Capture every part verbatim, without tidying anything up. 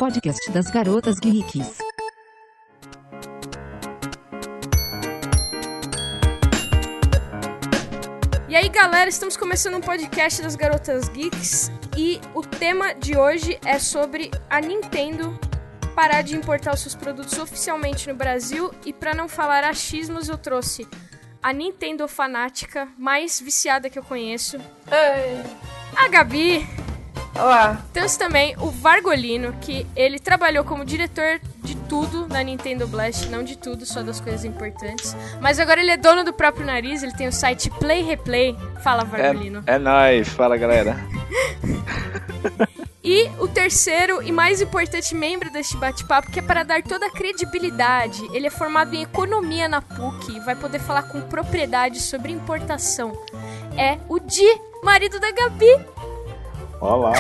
podcast das Garotas Geeks. E aí, galera, estamos começando um podcast das Garotas Geeks e o tema de hoje é sobre a Nintendo parar de importar os seus produtos oficialmente no Brasil. E para não falar achismos, eu trouxe a Nintendo fanática mais viciada que eu conheço, Ei. a Gabi. Olá. Temos também o Vargolino, que ele trabalhou como diretor de tudo na Nintendo Blast, não de tudo, só das coisas importantes. Mas agora ele é dono do próprio nariz, ele tem o site Play Replay. Fala, Vargolino. É, é nóis, fala, galera. E o terceiro e mais importante membro deste bate-papo, que é para dar toda a credibilidade. Ele é formado em economia na P U C e vai poder falar com propriedade sobre importação. É o Di, marido da Gabi. Olá.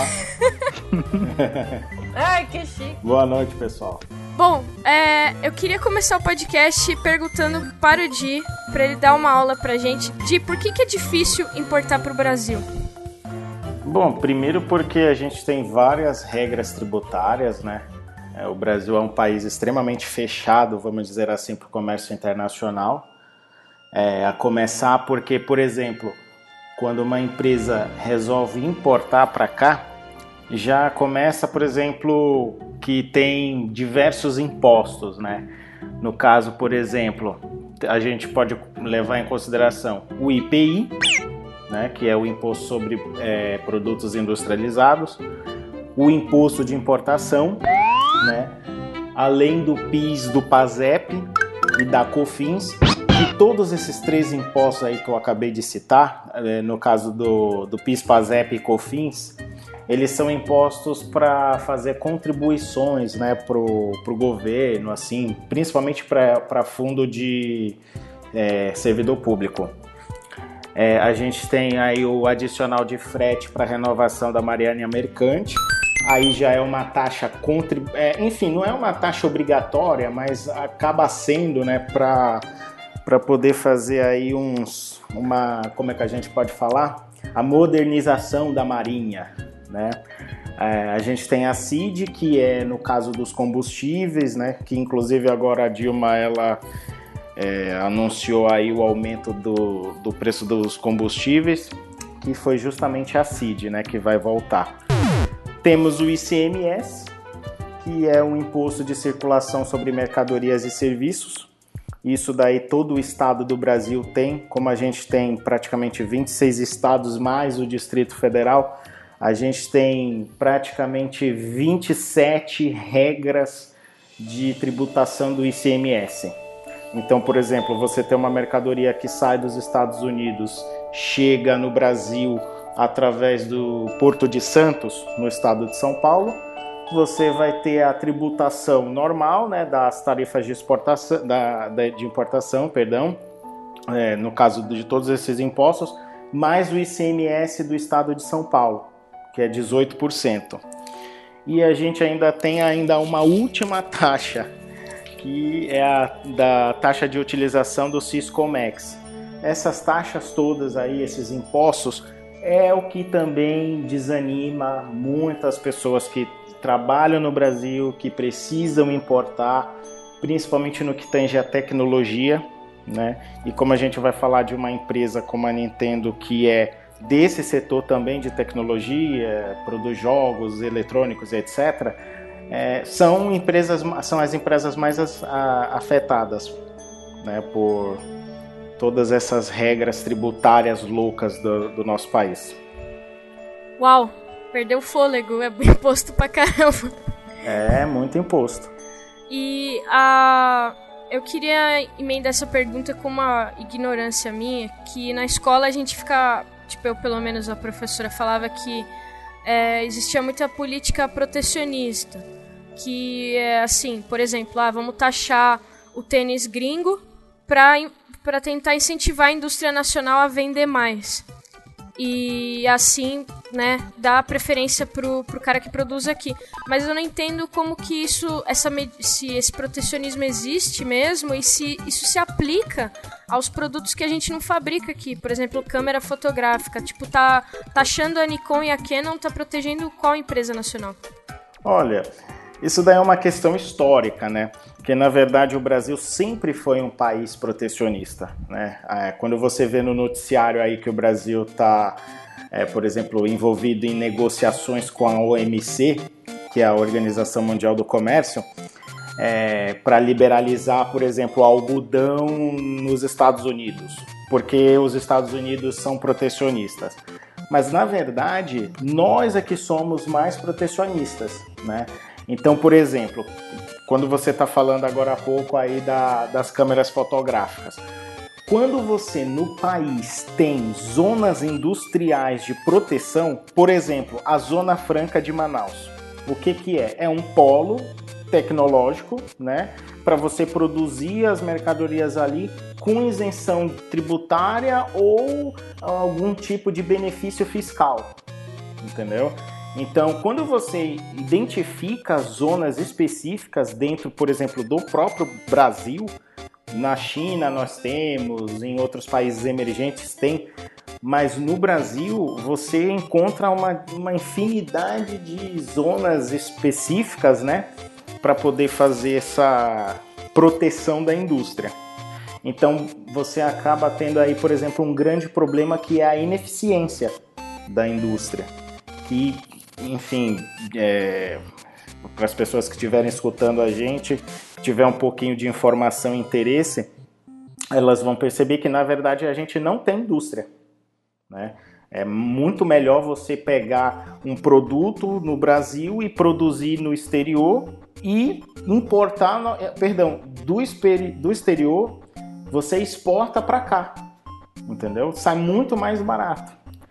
Ai, que chique. Boa noite, pessoal. Bom, é, eu queria começar o podcast perguntando para o Di, para ele dar uma aula pra gente. Di, por que, que é difícil importar pro Brasil? Bom, primeiro porque a gente tem várias regras tributárias, né? É, o Brasil é um país extremamente fechado, vamos dizer assim, para o comércio internacional. É, a começar porque, por exemplo, quando uma empresa resolve importar para cá, já começa, por exemplo, que tem diversos impostos, né? No caso, por exemplo, a gente pode levar em consideração o I P I, né, que é o Imposto sobre é, Produtos Industrializados, o Imposto de Importação, né, além do PIS, do PASEP e da COFINS. E todos esses três impostos aí que eu acabei de citar, no caso do, do PIS, PASEP e COFINS, eles são impostos para fazer contribuições, né, para o governo, assim, principalmente para fundo de é, servidor público. É, a gente tem aí o adicional de frete para renovação da Marinha Mercante. Aí já é uma taxa contribu... é, enfim, não é uma taxa obrigatória, mas acaba sendo, né, para para poder fazer aí uns, uma, como é que a gente pode falar? A modernização da Marinha, né? É, a gente tem a C I D, que é no caso dos combustíveis, né? Que inclusive agora a Dilma, ela é, anunciou aí o aumento do, do preço dos combustíveis, que foi justamente a C I D, né? Que vai voltar. Temos o I C M S, que é um imposto de circulação sobre mercadorias e serviços. Isso daí todo o estado do Brasil tem, como a gente tem praticamente vinte e seis estados mais o Distrito Federal, a gente tem praticamente vinte e sete regras de tributação do I C M S. Então, por exemplo, você tem uma mercadoria que sai dos Estados Unidos, chega no Brasil através do Porto de Santos, no estado de São Paulo, você vai ter a tributação normal, né, das tarifas de exportação, da, da, de importação, perdão, é, no caso de todos esses impostos, mais o I C M S do estado de São Paulo, que é dezoito por cento. E a gente ainda tem ainda uma última taxa, que é a da taxa de utilização do Siscomex. Essas taxas todas aí, esses impostos, é o que também desanima muitas pessoas que trabalham no Brasil, que precisam importar, principalmente no que tange a tecnologia, né? E como a gente vai falar de uma empresa como a Nintendo, que é desse setor também de tecnologia, produz jogos eletrônicos, etcétera, é, são empresas, são as empresas mais as, a, afetadas, né, por todas essas regras tributárias loucas do, do nosso país. Uau! Perdeu o fôlego, é imposto pra caramba. É, muito imposto. E a... eu queria emendar essa pergunta com uma ignorância minha, que na escola a gente fica, tipo, eu pelo menos a professora falava que é, existia muita política protecionista, que é assim, por exemplo, ah, vamos taxar o tênis gringo pra, pra tentar incentivar a indústria nacional a vender mais. E assim, né, dá preferência pro, pro cara que produz aqui. Mas eu não entendo como que isso, essa, se esse protecionismo existe mesmo e se isso se aplica aos produtos que a gente não fabrica aqui. Por exemplo, câmera fotográfica. Tipo, tá taxando a Nikon e a Canon, tá protegendo qual empresa nacional? Olha, Isso daí é uma questão histórica, né? Porque, na verdade, o Brasil sempre foi um país protecionista, né? É, quando você vê no noticiário aí que o Brasil está, é, por exemplo, envolvido em negociações com a O M C, que é a Organização Mundial do Comércio, é, para liberalizar, por exemplo, o algodão nos Estados Unidos, porque os Estados Unidos são protecionistas. Mas, na verdade, nós é que somos mais protecionistas, né? Então, por exemplo, quando você está falando agora há pouco aí da, das câmeras fotográficas, quando você no país tem zonas industriais de proteção, por exemplo, a Zona Franca de Manaus, o que que é? É um polo tecnológico, né, para você produzir as mercadorias ali com isenção tributária ou algum tipo de benefício fiscal, entendeu? Então, quando você identifica zonas específicas dentro, por exemplo, do próprio Brasil, na China nós temos, em outros países emergentes tem, mas no Brasil você encontra uma, uma infinidade de zonas específicas, né, para poder fazer essa proteção da indústria. Então, você acaba tendo aí, por exemplo, um grande problema que é a ineficiência da indústria, que, enfim, é, para as pessoas que estiverem escutando a gente, tiver um pouquinho de informação e interesse, elas vão perceber que, na verdade, a gente não tem indústria, né? É muito melhor você pegar um produto no Brasil e produzir no exterior e importar, no, perdão, do, do exterior você exporta para cá, entendeu? Sai muito mais barato.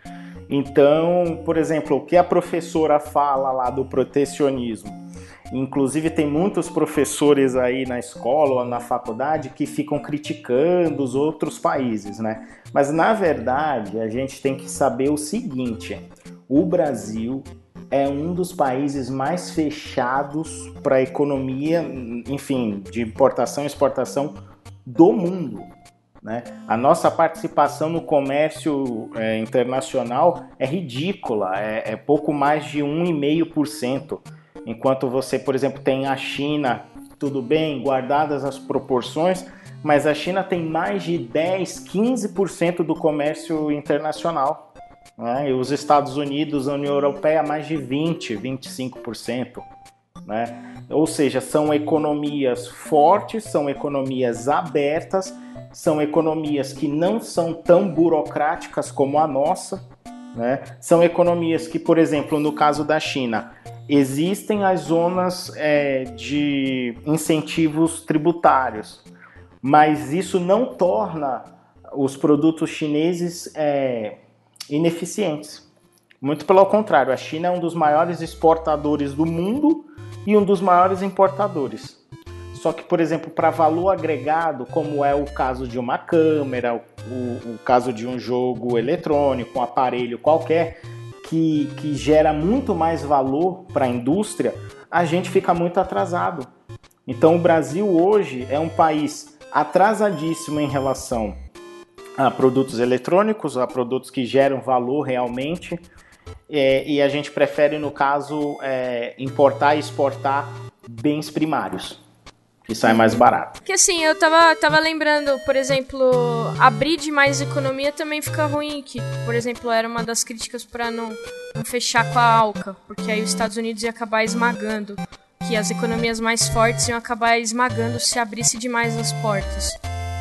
Então, por exemplo, o que a professora fala lá do protecionismo, inclusive tem muitos professores aí na escola ou na faculdade que ficam criticando os outros países, né? Mas na verdade a gente tem que saber o seguinte: o Brasil é um dos países mais fechados para a economia, enfim, de importação e exportação do mundo, né? A nossa participação no comércio é, internacional é ridícula, é, é pouco mais de um vírgula cinco por cento. Enquanto você, por exemplo, tem a China, tudo bem, guardadas as proporções, mas a China tem mais de dez, quinze por cento do comércio internacional, né? E os Estados Unidos, a União Europeia, mais de vinte, vinte e cinco por cento, né? Ou seja, são economias fortes, são economias abertas, são economias que não são tão burocráticas como a nossa, né? São economias que, por exemplo, no caso da China, existem as zonas é, de incentivos tributários, mas isso não torna os produtos chineses é, ineficientes. Muito pelo contrário, a China é um dos maiores exportadores do mundo e um dos maiores importadores. Só que, por exemplo, para valor agregado, como é o caso de uma câmera, o, o caso de um jogo eletrônico, um aparelho qualquer, que, que gera muito mais valor para a indústria, a gente fica muito atrasado. Então o Brasil hoje é um país atrasadíssimo em relação a produtos eletrônicos, a produtos que geram valor realmente, é, e a gente prefere, no caso, é, importar e exportar bens primários, que sai mais barato. Porque assim, eu tava, tava lembrando, por exemplo, abrir demais economia também fica ruim, que, por exemplo, era uma das críticas para não, não fechar com a ALCA, porque aí os Estados Unidos ia acabar esmagando, que as economias mais fortes iam acabar esmagando se abrisse demais as portas.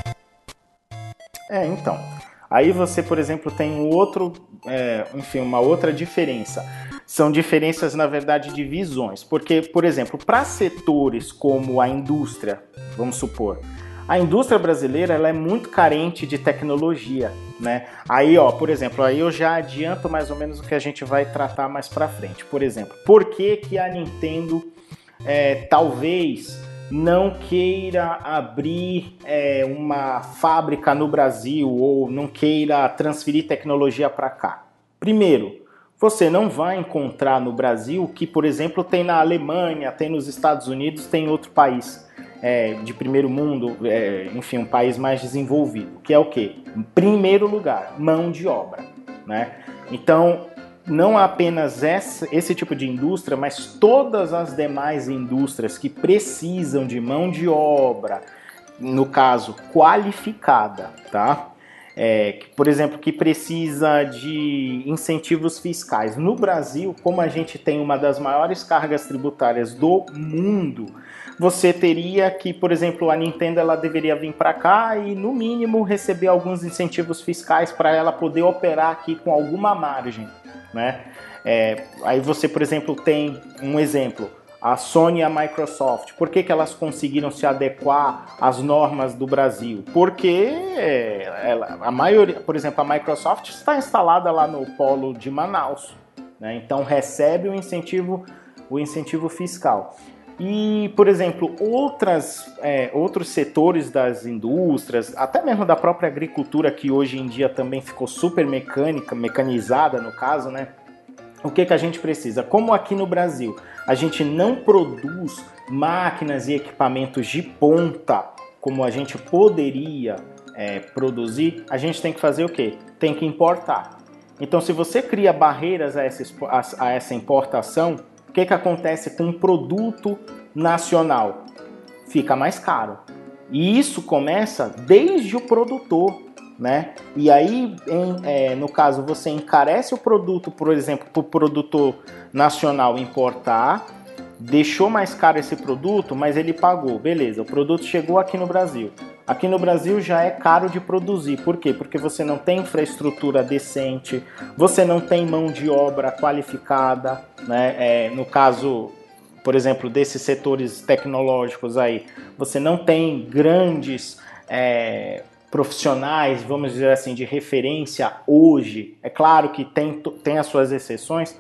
É, então, aí você, por exemplo, tem um outro, é, enfim, uma outra diferença. São diferenças, na verdade, de visões. Porque, por exemplo, para setores como a indústria, vamos supor, a indústria brasileira ela é muito carente de tecnologia, né? Aí, ó, por exemplo, aí eu já adianto mais ou menos o que a gente vai tratar mais para frente. Por exemplo, por que que a Nintendo é, talvez não queira abrir é, uma fábrica no Brasil ou não queira transferir tecnologia para cá? Primeiro, você não vai encontrar no Brasil que, por exemplo, tem na Alemanha, tem nos Estados Unidos, tem em outro país é, de primeiro mundo, é, enfim, um país mais desenvolvido, que é o quê? Em primeiro lugar, mão de obra, né? Então, não apenas essa, esse tipo de indústria, mas todas as demais indústrias que precisam de mão de obra, no caso, qualificada, tá? É, por exemplo, que precisa de incentivos fiscais. No Brasil, como a gente tem uma das maiores cargas tributárias do mundo, você teria que, por exemplo, a Nintendo ela deveria vir para cá e, no mínimo, receber alguns incentivos fiscais para ela poder operar aqui com alguma margem, né? É, aí você, por exemplo, tem um exemplo, a Sony e a Microsoft. Por que que elas conseguiram se adequar às normas do Brasil? Porque ela, a maioria, por exemplo, a Microsoft está instalada lá no polo de Manaus, né? Então recebe o incentivo, o incentivo fiscal. E, por exemplo, outras, é, outros setores das indústrias, até mesmo da própria agricultura, que hoje em dia também ficou super mecânica, mecanizada no caso, né? O que que a gente precisa? Como aqui no Brasil a gente não produz máquinas e equipamentos de ponta como a gente poderia é, produzir, a gente tem que fazer o quê? Tem que importar. Então, se você cria barreiras a essa, a essa importação, o que que acontece com um produto nacional? Fica mais caro. E isso começa desde o produtor, né? E aí, em, é, no caso, você encarece o produto, por exemplo, para o produtor nacional importar, deixou mais caro esse produto, mas ele pagou, beleza, o produto chegou aqui no Brasil. Aqui no Brasil já é caro de produzir, por quê? Porque você não tem infraestrutura decente, você não tem mão de obra qualificada, né? É, no caso, por exemplo, desses setores tecnológicos aí, você não tem grandes... É, profissionais, vamos dizer assim, de referência hoje. É claro que tem, tem as suas exceções,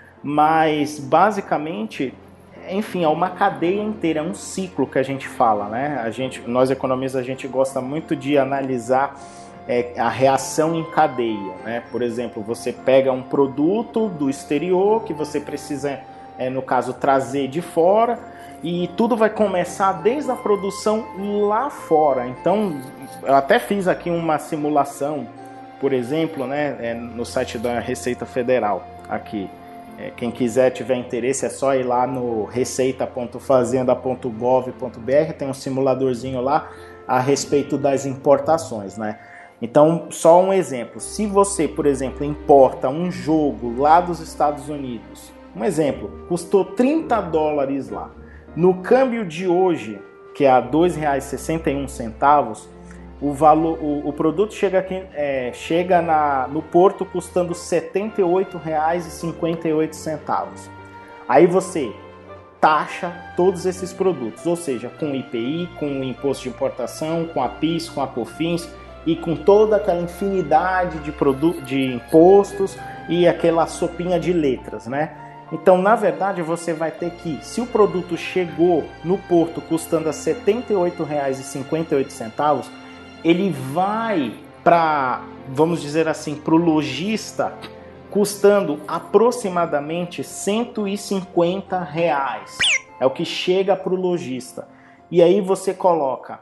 mas basicamente, enfim, é uma cadeia inteira, é um ciclo que a gente fala, né? A gente, nós economistas, a gente gosta muito de analisar é, a reação em cadeia, né? Por exemplo, você pega um produto do exterior que você precisa, é, no caso, trazer de fora, e tudo vai começar desde a produção lá fora. Então, eu até fiz aqui uma simulação, por exemplo, né, no site da Receita Federal. Aqui, quem quiser, tiver interesse, é só ir lá no receita ponto fazenda ponto gov ponto br, tem um simuladorzinho lá a respeito das importações, né? Então, só um exemplo. Se você, por exemplo, importa um jogo lá dos Estados Unidos, um exemplo, custou trinta dólares lá. No câmbio de hoje, que é a dois reais e sessenta e um centavos, o, valor, o, o produto chega, aqui, é, chega na, no porto custando setenta e oito reais e cinquenta e oito centavos. Aí você taxa todos esses produtos, ou seja, com I P I, com o imposto de importação, com a PIS, com a COFINS e com toda aquela infinidade de, produ- de impostos e aquela sopinha de letras, né? Então, na verdade, você vai ter que, se o produto chegou no porto custando a setenta e oito reais e cinquenta e oito centavos, ele vai para, vamos dizer assim, para o lojista, custando aproximadamente cento e cinquenta reais. É o que chega para o lojista. E aí você coloca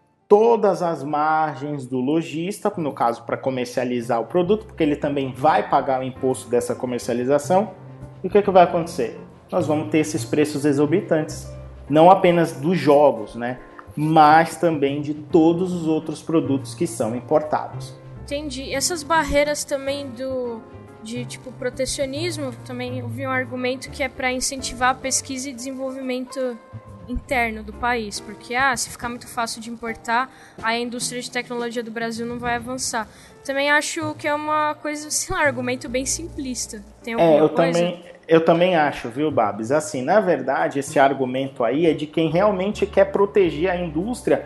todas as margens do lojista, no caso, para comercializar o produto, porque ele também vai pagar o imposto dessa comercialização. E o que, que vai acontecer? Nós vamos ter esses preços exorbitantes, não apenas dos jogos, né? Mas também de todos os outros produtos que são importados. Entendi. Essas barreiras também do de tipo protecionismo, também ouvi um argumento que é para incentivar a pesquisa e desenvolvimento interno do país, porque ah, se ficar muito fácil de importar, a indústria de tecnologia do Brasil não vai avançar. Também acho que é uma coisa, sei lá, um argumento bem simplista. Tem alguma é, eu coisa? Também, eu também acho, viu, Babs? Assim, na verdade, esse argumento aí é de quem realmente quer proteger a indústria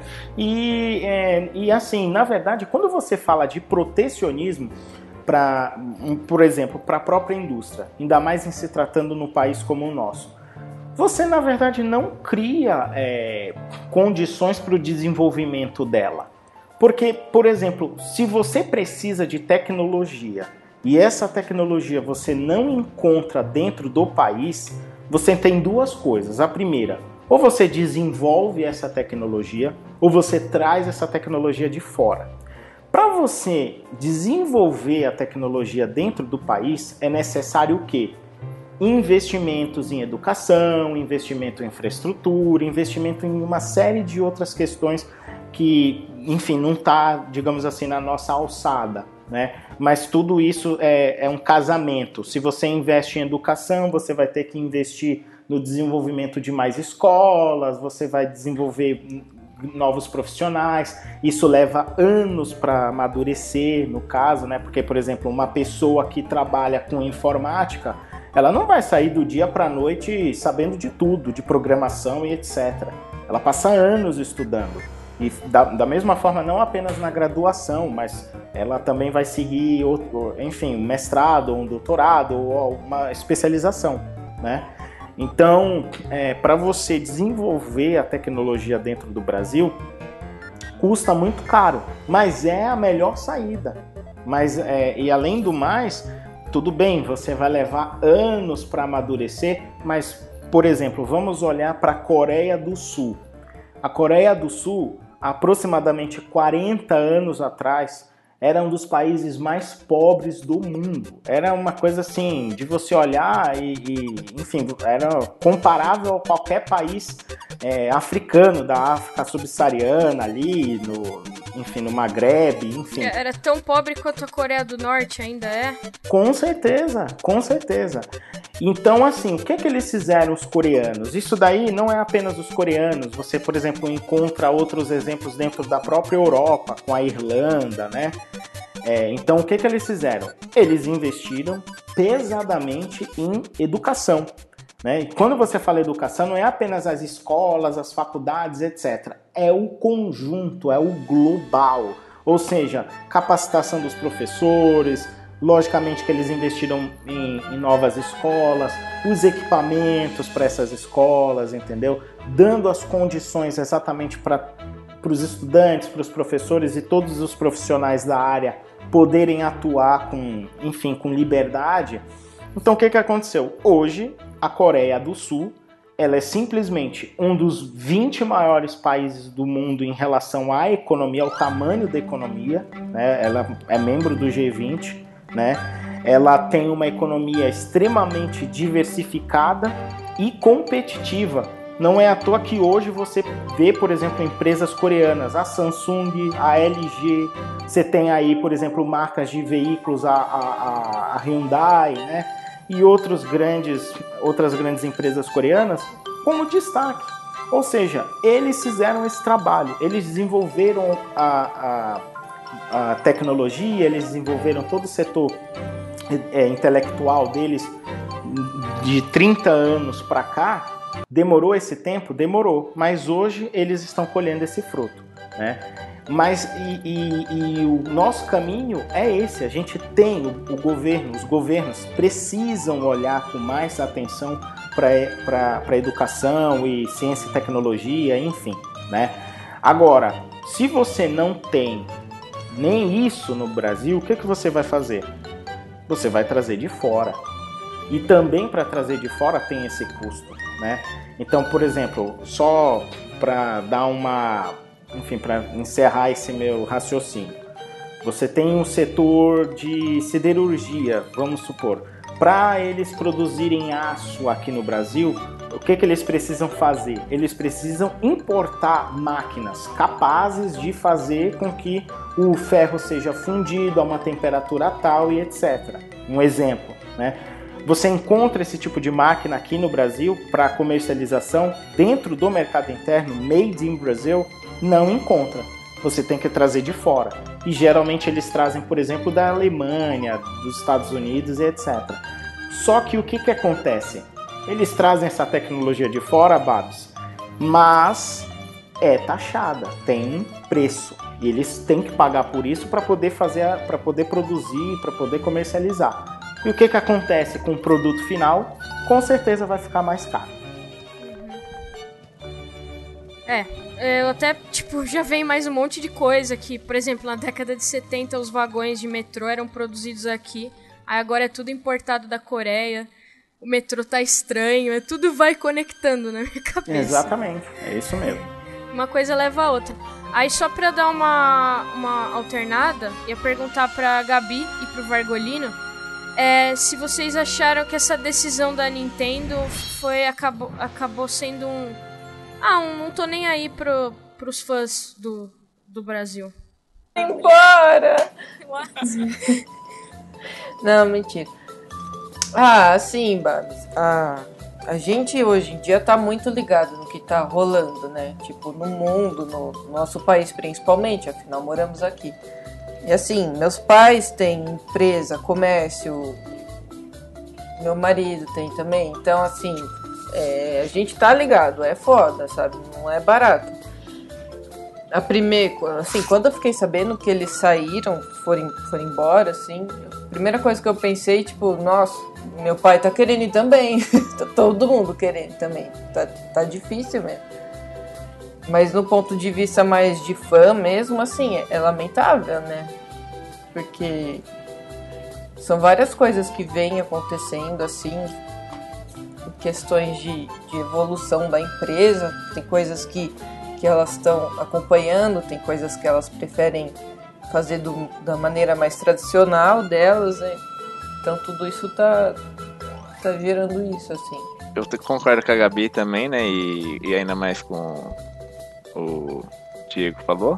e, é, e assim, na verdade, quando você fala de protecionismo, pra, por exemplo, para a própria indústria, ainda mais em se tratando num país como o nosso, você, na verdade, não cria é, condições para o desenvolvimento dela. Porque, por exemplo, se você precisa de tecnologia e essa tecnologia você não encontra dentro do país, você tem duas coisas. A primeira, ou você desenvolve essa tecnologia, ou você traz essa tecnologia de fora. Para você desenvolver a tecnologia dentro do país, é necessário o quê? Investimentos em educação, investimento em infraestrutura, investimento em uma série de outras questões que, enfim, não está, digamos assim, na nossa alçada, né? Mas tudo isso é, é um casamento. Se você investe em educação, você vai ter que investir no desenvolvimento de mais escolas, você vai desenvolver novos profissionais, isso leva anos para amadurecer, no caso, né? Porque, por exemplo, uma pessoa que trabalha com informática, ela não vai sair do dia para a noite sabendo de tudo, de programação e etcétera. Ela passa anos estudando. E da, da mesma forma, não apenas na graduação, mas ela também vai seguir, outro, enfim, um mestrado, um doutorado ou uma especialização, né? Então, é, para você desenvolver a tecnologia dentro do Brasil, custa muito caro, mas é a melhor saída. Mas, é, e além do mais, tudo bem, você vai levar anos para amadurecer, mas, por exemplo, vamos olhar para a Coreia do Sul. A Coreia do Sul, aproximadamente quarenta anos atrás, era um dos países mais pobres do mundo. Era uma coisa assim, de você olhar e, e enfim, era comparável a qualquer país é, africano, da África subsaariana ali, no, enfim, no Maghreb, enfim. Era tão pobre quanto a Coreia do Norte ainda é? Com certeza, com certeza. Então, assim, o que é que eles fizeram, os coreanos? Isso daí não é apenas os coreanos. Você, por exemplo, encontra outros exemplos dentro da própria Europa, com a Irlanda, né? É, então, o que, que eles fizeram? Eles investiram pesadamente em educação, né? E quando você fala educação, não é apenas as escolas, as faculdades, etcétera. É o conjunto, é o global. Ou seja, capacitação dos professores. Logicamente que eles investiram em, em novas escolas, os equipamentos para essas escolas, entendeu? Dando as condições exatamente para os estudantes, para os professores e todos os profissionais da área poderem atuar com, enfim, com liberdade. Então, o que, que aconteceu? Hoje, a Coreia do Sul, ela é simplesmente um dos vinte maiores países do mundo em relação à economia, ao tamanho da economia, né? Ela é membro do G vinte, né? Ela tem uma economia extremamente diversificada e competitiva. Não é à toa que hoje você vê, por exemplo, empresas coreanas, a Samsung, a L G, você tem aí, por exemplo, marcas de veículos, a, a, a Hyundai, né? E outros grandes, outras grandes empresas coreanas como destaque. Ou seja, eles fizeram esse trabalho, eles desenvolveram a, a, a tecnologia, eles desenvolveram todo o setor é, intelectual deles de trinta anos para cá. Demorou esse tempo? Demorou, mas hoje eles estão colhendo esse fruto, né? Mas e, e, e o nosso caminho é esse, a gente tem o, o governo, os governos precisam olhar com mais atenção para a educação e ciência e tecnologia, enfim, né? Agora, se você não tem nem isso no Brasil, o que, que você vai fazer? Você vai trazer de fora. E também para trazer de fora tem esse custo, né? Então, por exemplo, só para dar uma, enfim, para encerrar esse meu raciocínio, você tem um setor de siderurgia, vamos supor, para eles produzirem aço aqui no Brasil, o que que eles precisam fazer? Eles precisam importar máquinas capazes de fazer com que o ferro seja fundido a uma temperatura tal e etcétera. Um exemplo, né? Você encontra esse tipo de máquina aqui no Brasil para comercialização dentro do mercado interno, made in Brazil? Não encontra. Você tem que trazer de fora. E geralmente eles trazem, por exemplo, da Alemanha, dos Estados Unidos e etcétera. Só que o que, que acontece? Eles trazem essa tecnologia de fora, Babs, mas é taxada, tem um preço. E eles têm que pagar por isso para poder fazer, para poder produzir, para poder comercializar. E o que, que acontece com o produto final? Com certeza vai ficar mais caro. É, eu até, tipo, já vem mais um monte de coisa que, por exemplo, na década de setenta os vagões de metrô eram produzidos aqui, aí agora é tudo importado da Coreia, o metrô tá estranho, é tudo vai conectando na minha cabeça. Exatamente, é isso mesmo. Uma coisa leva a outra. Aí só pra dar uma, uma alternada, ia perguntar pra Gabi e pro Vargolino é, se vocês acharam que essa decisão da Nintendo foi, acabou, acabou sendo um... Ah, um não tô nem aí pro, pros fãs do, do Brasil. Embora! Não, mentira. Ah, sim, Babs. Ah, a gente hoje em dia tá muito ligado no que tá rolando, né? Tipo, no mundo, no nosso país principalmente, afinal moramos aqui. E assim, meus pais têm empresa, comércio, meu marido tem também. Então, assim, é, a gente tá ligado, é foda, sabe? Não é barato. A primeira, assim, quando eu fiquei sabendo que eles saíram, foram, foram embora, assim, a primeira coisa que eu pensei, tipo, nossa, meu pai tá querendo ir também. Tá todo mundo querendo também. Tá, tá difícil mesmo. Mas no ponto de vista mais de fã mesmo, assim, é lamentável, né? Porque são várias coisas que vêm acontecendo, assim, questões de, de evolução da empresa, tem coisas que, que elas estão acompanhando, tem coisas que elas preferem fazer do, da maneira mais tradicional delas, né? Então tudo isso tá, tá gerando isso, assim. Eu concordo com a Gabi também, né? E, e ainda mais com o Diego falou.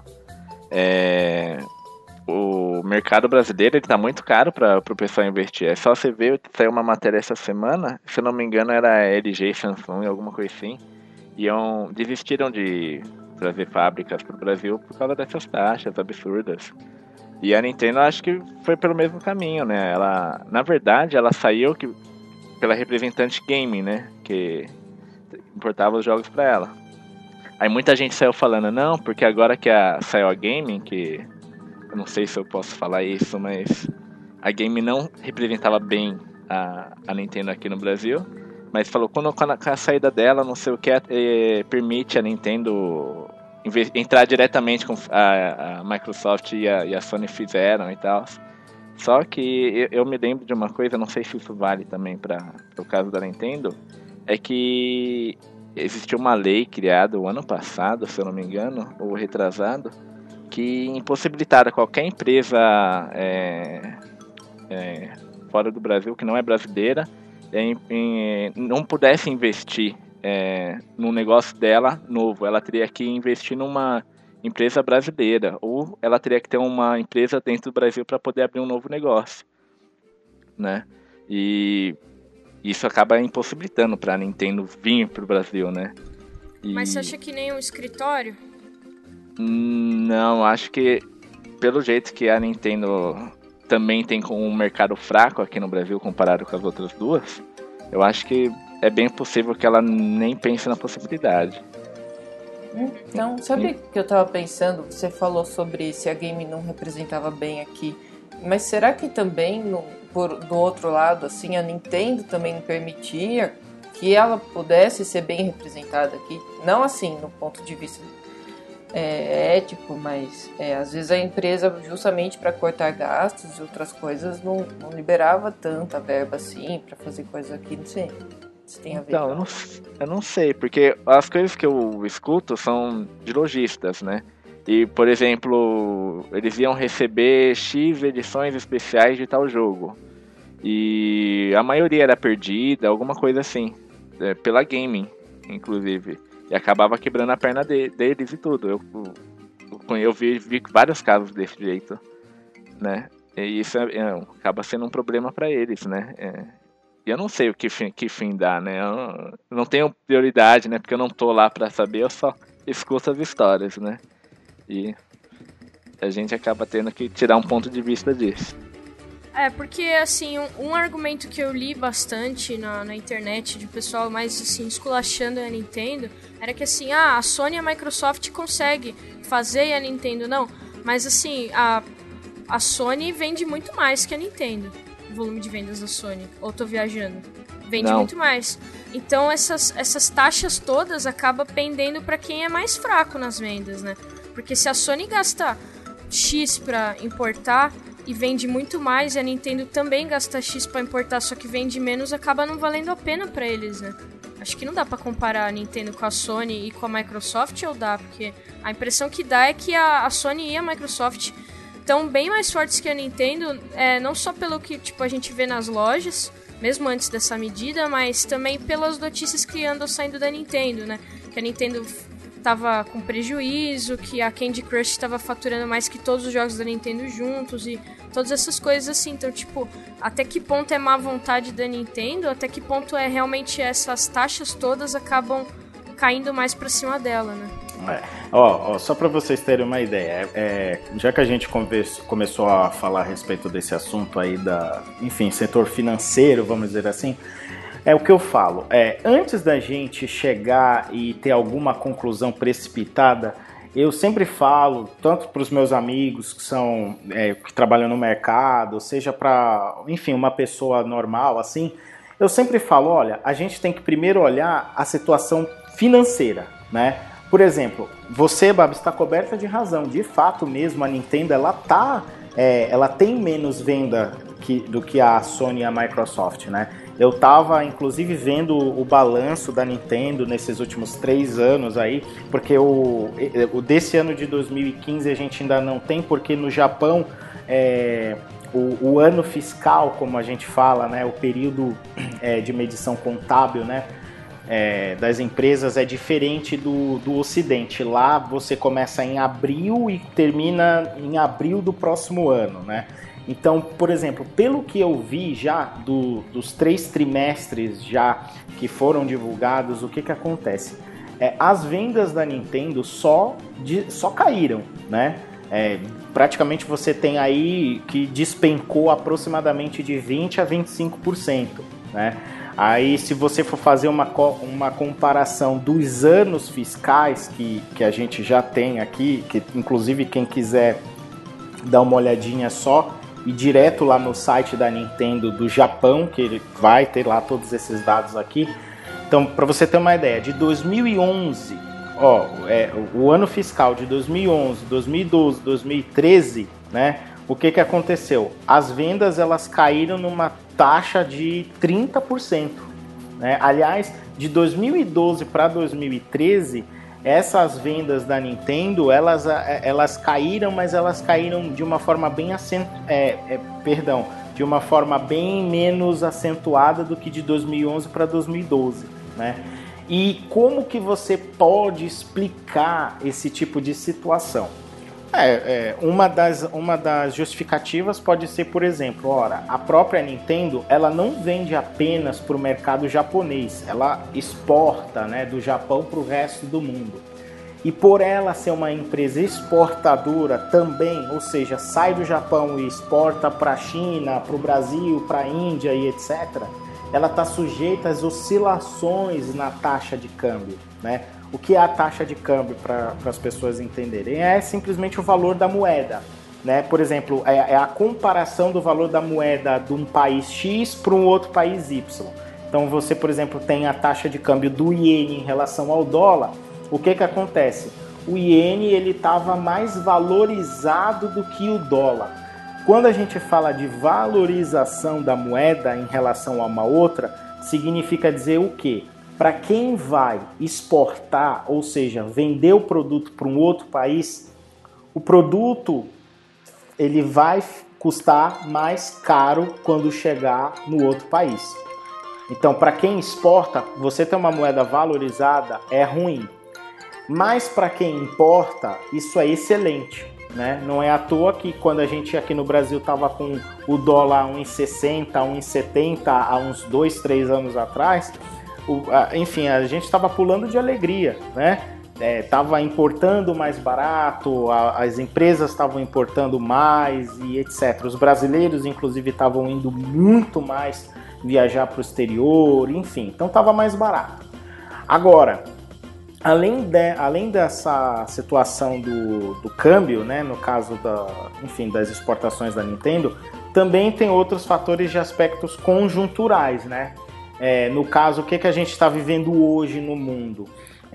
É, o mercado brasileiro ele tá muito caro para o pessoal investir. É só você ver, saiu uma matéria essa semana, se eu não me engano era L G, Samsung, alguma coisa assim. Iam, desistiram de trazer fábricas para o Brasil por causa dessas taxas absurdas. E a Nintendo acho que foi pelo mesmo caminho, né? Ela, na verdade, ela saiu que, pela representante gaming, né? Que importava os jogos para ela. Aí muita gente saiu falando, não, porque agora que a, saiu a gaming, que eu não sei se eu posso falar isso, mas a gaming não representava bem a, a Nintendo aqui no Brasil. Mas falou, quando com a, com a saída dela, não sei o que, é, permite a Nintendo entrar diretamente com a, a Microsoft e a, e a Sony fizeram e tal. Só que eu, eu me lembro de uma coisa, não sei se isso vale também para o caso da Nintendo, é que existiu uma lei criada o ano passado, se eu não me engano, ou retrasado, que impossibilitara qualquer empresa é, é, fora do Brasil, que não é brasileira, em, em, não pudesse investir é, num negócio dela novo. Ela teria que investir numa empresa brasileira, ou ela teria que ter uma empresa dentro do Brasil para poder abrir um novo negócio, né? E isso acaba impossibilitando para a Nintendo vir para o Brasil, né? E... Mas você acha que nem um escritório? Não, acho que pelo jeito que a Nintendo também tem um mercado fraco aqui no Brasil comparado com as outras duas, eu acho que é bem possível que ela nem pense na possibilidade. Então, sabe o que eu tava pensando? Você falou sobre se a game não representava bem aqui, mas será que também no, por, do outro lado, assim, a Nintendo também não permitia que ela pudesse ser bem representada aqui? Não assim, no ponto de vista é, ético, mas é, às vezes a empresa, justamente para cortar gastos e outras coisas, não, não liberava tanta verba assim para fazer coisas aqui, não sei. Se tem a ver. Então, eu não, eu não sei, porque as coisas que eu escuto são de lojistas, né? E, por exemplo, eles iam receber X edições especiais de tal jogo. E a maioria era perdida, alguma coisa assim, é, pela gaming, inclusive. E acabava quebrando a perna de, deles e tudo. Eu, eu, eu vi, vi vários casos desse jeito, né? E isso é, é, acaba sendo um problema para eles, né? É, e eu não sei o que fim, que fim dá, né? Eu não, eu não tenho prioridade, né? Porque eu não tô lá para saber, eu só escuto as histórias, né? E a gente acaba tendo que tirar um ponto de vista disso. É, porque, assim, um, um argumento que eu li bastante na, na internet de pessoal mais, assim, esculachando a Nintendo era que, assim, ah, a Sony e a Microsoft conseguem fazer e a Nintendo não. Mas, assim, a, a Sony vende muito mais que a Nintendo, o volume de vendas da Sony. Ou tô viajando? Vende não. muito mais. Então, essas, essas taxas todas acabam pendendo para quem é mais fraco nas vendas, né? Porque se a Sony gasta X pra importar e vende muito mais, e a Nintendo também gasta X pra importar, só que vende menos, acaba não valendo a pena pra eles, né? Acho que não dá pra comparar a Nintendo com a Sony e com a Microsoft, ou dá? Porque A impressão que dá é que a, a Sony e a Microsoft estão bem mais fortes que a Nintendo, é, não só pelo que tipo, a gente vê nas lojas, mesmo antes dessa medida, mas também pelas notícias que andam saindo da Nintendo, né? Que a Nintendo tava com prejuízo, que a Candy Crush estava faturando mais que todos os jogos da Nintendo juntos e todas essas coisas assim. Então, tipo, até que ponto é má vontade da Nintendo, até que ponto é realmente essas taxas todas acabam caindo mais pra cima dela, né? É. Ó, ó, só para vocês terem uma ideia, é, já que a gente conversa, começou a falar a respeito desse assunto aí da, enfim, setor financeiro, vamos dizer assim, é o que eu falo, é, antes da gente chegar e ter alguma conclusão precipitada, eu sempre falo, tanto para os meus amigos que são, é, que trabalham no mercado, seja para, enfim, uma pessoa normal, assim, eu sempre falo, olha, a gente tem que primeiro olhar a situação financeira, né? Por exemplo, você, Babs, está coberta de razão. De fato mesmo, a Nintendo ela, tá, é, ela tem menos venda que, do que a Sony e a Microsoft, né? Eu estava, inclusive, vendo o balanço da Nintendo nesses últimos três anos aí, porque o, o desse ano de dois mil e quinze a gente ainda não tem, porque no Japão é, o, o ano fiscal, como a gente fala, né, o período é, de medição contábil, né? É, das empresas é diferente do, do Ocidente. Lá você começa em abril e termina em abril do próximo ano, né? Então, por exemplo, pelo que eu vi já do, dos três trimestres já que foram divulgados, o que que acontece? É, as vendas da Nintendo só, de, só caíram, né? É, praticamente você tem aí que despencou aproximadamente de vinte a vinte e cinco por cento, né? Aí, se você for fazer uma, uma comparação dos anos fiscais que, que a gente já tem aqui, que inclusive quem quiser dar uma olhadinha só, e direto lá no site da Nintendo do Japão, que ele vai ter lá todos esses dados aqui. Então, para você ter uma ideia, de dois mil e onze, ó, é, o ano fiscal de dois mil e onze, dois mil e doze, dois mil e treze, né? O que que aconteceu? As vendas elas caíram numa taxa de trinta por cento, né? Aliás, de dois mil e doze para dois mil e treze, essas vendas da Nintendo, elas, elas caíram, mas elas caíram de uma forma bem acent... é, é, perdão, de uma forma bem menos acentuada do que de dois mil e onze para dois mil e doze, né? E como que você pode explicar esse tipo de situação? É, é, uma, das, uma das justificativas pode ser, por exemplo, ora, a própria Nintendo, ela não vende apenas para o mercado japonês, ela exporta, né, do Japão para o resto do mundo. E por ela ser uma empresa exportadora também, ou seja, sai do Japão e exporta para a China, para o Brasil, para a Índia e etcétera, ela está sujeita às oscilações na taxa de câmbio, né? O que é a taxa de câmbio para as pessoas entenderem? É simplesmente o valor da moeda, né? Por exemplo, é, é a comparação do valor da moeda de um país X para um outro país Y. Então você, por exemplo, tem a taxa de câmbio do iene em relação ao dólar. O que que acontece? O iene ele estava mais valorizado do que o dólar. Quando a gente fala de valorização da moeda em relação a uma outra, significa dizer o quê? Para quem vai exportar, ou seja, vender o produto para um outro país, o produto ele vai custar mais caro quando chegar no outro país. Então, para quem exporta, você ter uma moeda valorizada é ruim. Mas para quem importa, isso é excelente, né? Não é à toa que quando a gente aqui no Brasil estava com o dólar a um real e sessenta, um real e setenta há uns dois, três anos atrás, o, a, enfim, a gente estava pulando de alegria, né? Estava é, importando mais barato, a, as empresas estavam importando mais e etcétera. Os brasileiros, inclusive, estavam indo muito mais viajar para o exterior, enfim, então estava mais barato. Agora, além, de, além dessa situação do, do câmbio, né, no caso da, enfim, das exportações da Nintendo, também tem outros fatores de aspectos conjunturais, né? É, no caso, o que, que a gente está vivendo hoje no mundo?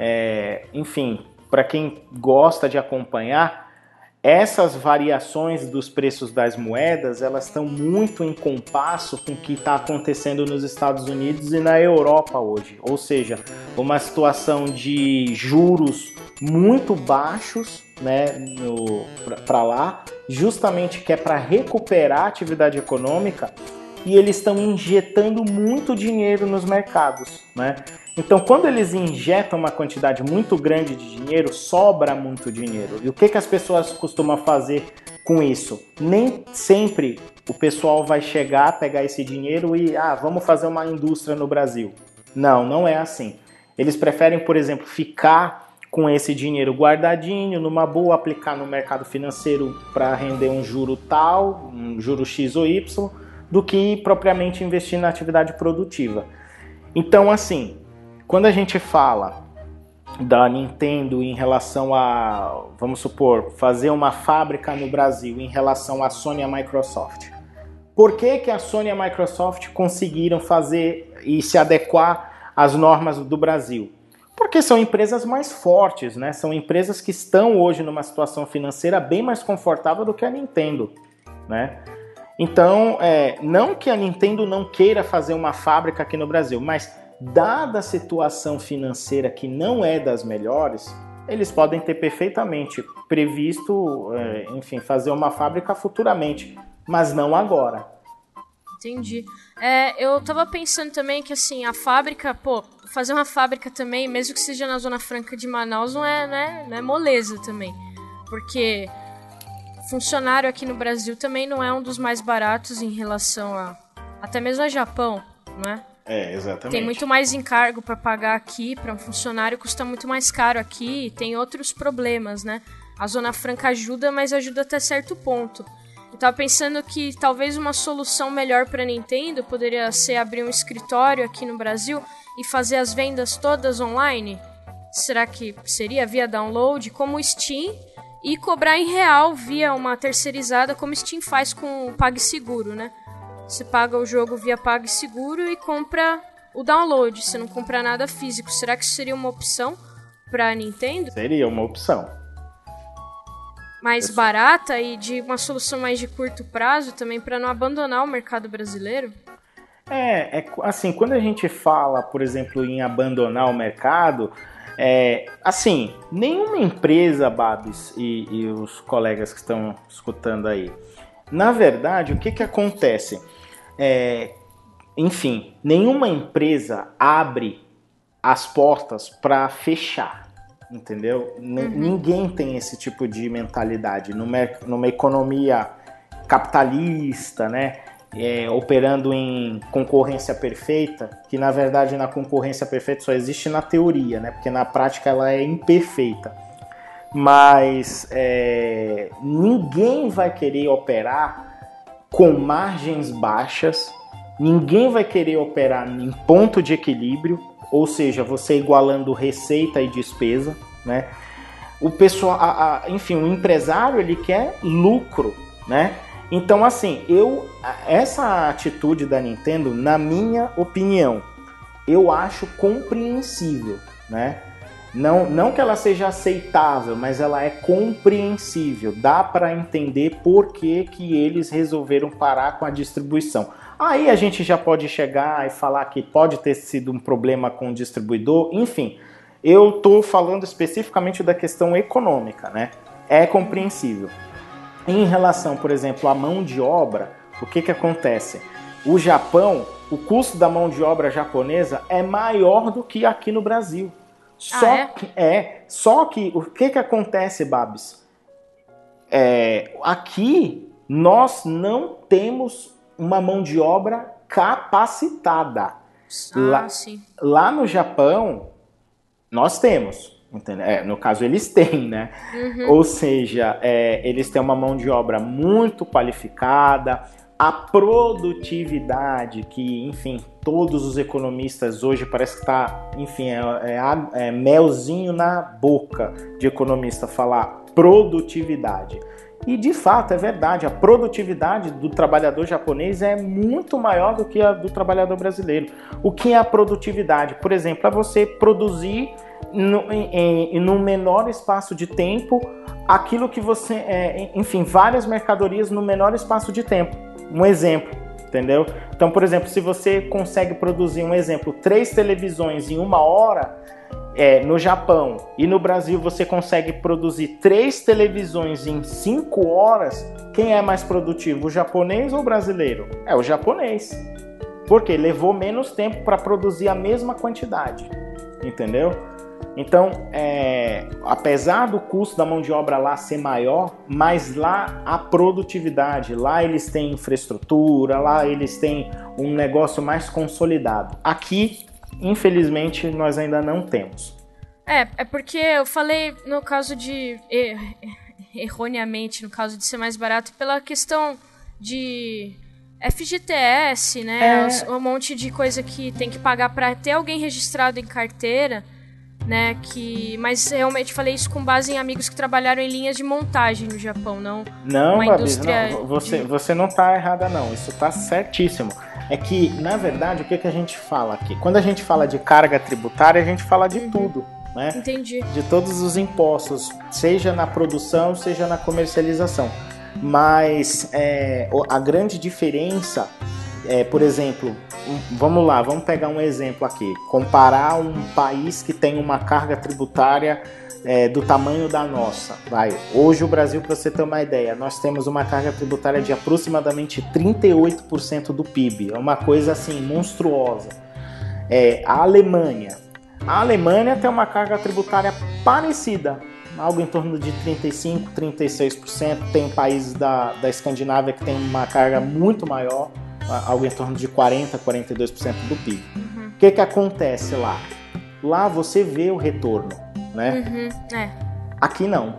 É, enfim, para quem gosta de acompanhar, essas variações dos preços das moedas, elas estão muito em compasso com o que está acontecendo nos Estados Unidos e na Europa hoje. Ou seja, uma situação de juros muito baixos, né, para lá, justamente que é para recuperar a atividade econômica, e eles estão injetando muito dinheiro nos mercados, né? Então, quando eles injetam uma quantidade muito grande de dinheiro, sobra muito dinheiro. E o que, que as pessoas costumam fazer com isso? Nem sempre o pessoal vai chegar, pegar esse dinheiro e, ah, vamos fazer uma indústria no Brasil. Não, não é assim. Eles preferem, por exemplo, ficar com esse dinheiro guardadinho, numa boa, aplicar no mercado financeiro para render um juro tal, um juro X ou Y, do que propriamente investir na atividade produtiva. Então, assim, quando a gente fala da Nintendo em relação a, vamos supor, fazer uma fábrica no Brasil em relação à Sony e à Microsoft, por que que a Sony e a Microsoft conseguiram fazer e se adequar às normas do Brasil? Porque são empresas mais fortes, né? São empresas que estão hoje numa situação financeira bem mais confortável do que a Nintendo, né? Então, é, não que a Nintendo não queira fazer uma fábrica aqui no Brasil, mas dada a situação financeira que não é das melhores, eles podem ter perfeitamente previsto, é, enfim, fazer uma fábrica futuramente, mas não agora. Entendi. É, eu tava pensando também que, assim, a fábrica, pô, fazer uma fábrica também, mesmo que seja na Zona Franca de Manaus, não é, né, não é moleza também. Porque funcionário aqui no Brasil também não é um dos mais baratos em relação a, até mesmo a Japão, não é? É, exatamente. Tem muito mais encargo para pagar aqui, para um funcionário custa muito mais caro aqui, e tem outros problemas, né? A Zona Franca ajuda, mas ajuda até certo ponto. Eu tava pensando que talvez uma solução melhor para a Nintendo poderia ser abrir um escritório aqui no Brasil e fazer as vendas todas online. Será que seria via download, como o Steam, e cobrar em real via uma terceirizada, como o Steam faz com o PagSeguro, né? Você paga o jogo via PagSeguro e compra o download, você não compra nada físico. Será que isso seria uma opção para a Nintendo? Seria uma opção. Mais Eu barata sei. E de uma solução mais de curto prazo também, para não abandonar o mercado brasileiro? É, é, assim, quando a gente fala, por exemplo, em abandonar o mercado, é, assim, nenhuma empresa, Babs e, e os colegas que estão escutando aí, na verdade, o que que acontece? É, enfim, nenhuma empresa abre as portas para fechar, entendeu? N- uhum. Ninguém tem esse tipo de mentalidade. Numa, numa economia capitalista, né? É, operando em concorrência perfeita, que na verdade na concorrência perfeita só existe na teoria, né? Porque na prática ela é imperfeita. Mas é, ninguém vai querer operar com margens baixas, ninguém vai querer operar em ponto de equilíbrio, ou seja, você igualando receita e despesa, né? O pessoal, a, a, enfim, o empresário ele quer lucro, né? Então, assim, eu essa atitude da Nintendo, na minha opinião, eu acho compreensível, né? Não, não que ela seja aceitável, mas ela é compreensível. Dá para entender por que, que eles resolveram parar com a distribuição. Aí a gente já pode chegar e falar que pode ter sido um problema com o distribuidor. Enfim, eu estou falando especificamente da questão econômica, né? É compreensível. Em relação, por exemplo, à mão de obra, o que, que acontece? O Japão, o custo da mão de obra japonesa é maior do que aqui no Brasil. Só ah, é? que é, só que o que que acontece, Babs? É, aqui nós não temos uma mão de obra capacitada. Ah, lá, sim. Lá no Japão nós temos, entendeu? É, no caso eles têm, né? Uhum. Ou seja, é, eles têm uma mão de obra muito qualificada. A produtividade, que, enfim, todos os economistas hoje parece que está, enfim, é, é, é melzinho na boca de economista falar produtividade. E, de fato, é verdade, a produtividade do trabalhador japonês é muito maior do que a do trabalhador brasileiro. O que é a produtividade? Por exemplo, é você produzir no, em, em um menor espaço de tempo aquilo que você, é, enfim, várias mercadorias no menor espaço de tempo. Um exemplo, entendeu? Então, por exemplo, se você consegue produzir, um exemplo, três televisões em uma hora, é, no Japão e no Brasil você consegue produzir três televisões em cinco horas, quem é mais produtivo, o japonês ou o brasileiro? É o japonês. Porque levou menos tempo para produzir a mesma quantidade, entendeu? Então, é, apesar do custo da mão de obra lá ser maior, mas lá a produtividade, lá eles têm infraestrutura, lá eles têm um negócio mais consolidado. Aqui, infelizmente, nós ainda não temos. É, é porque eu falei no caso de... Er, erroneamente, no caso de ser mais barato, pela questão de... F G T S, né? É. Um monte de coisa que tem que pagar para ter alguém registrado em carteira, né? Que, mas realmente falei isso com base em amigos que trabalharam em linhas de montagem no Japão, não. Não, uma Babi, indústria não, você, de... você não tá errada, não. Isso tá certíssimo. É que, na verdade, o que, que a gente fala aqui? Quando a gente fala de carga tributária, a gente fala de uhum. tudo, né? Entendi. De todos os impostos, seja na produção, seja na comercialização. Mas é, a grande diferença é, por exemplo, um, vamos lá, vamos pegar um exemplo aqui, comparar um país que tem uma carga tributária é, do tamanho da nossa. Vai. Hoje o Brasil, para você ter uma ideia, nós temos uma carga tributária de aproximadamente trinta e oito por cento do P I B, é uma coisa assim monstruosa. É, a Alemanha, a Alemanha tem uma carga tributária parecida, algo em torno de trinta e cinco por cento, trinta e seis por cento. Tem países da, da Escandinávia que tem uma carga muito maior, algo em torno de quarenta por cento, quarenta e dois por cento do P I B. Uhum. O que, que acontece lá? Lá você vê o retorno, né? Uhum, é. Aqui não.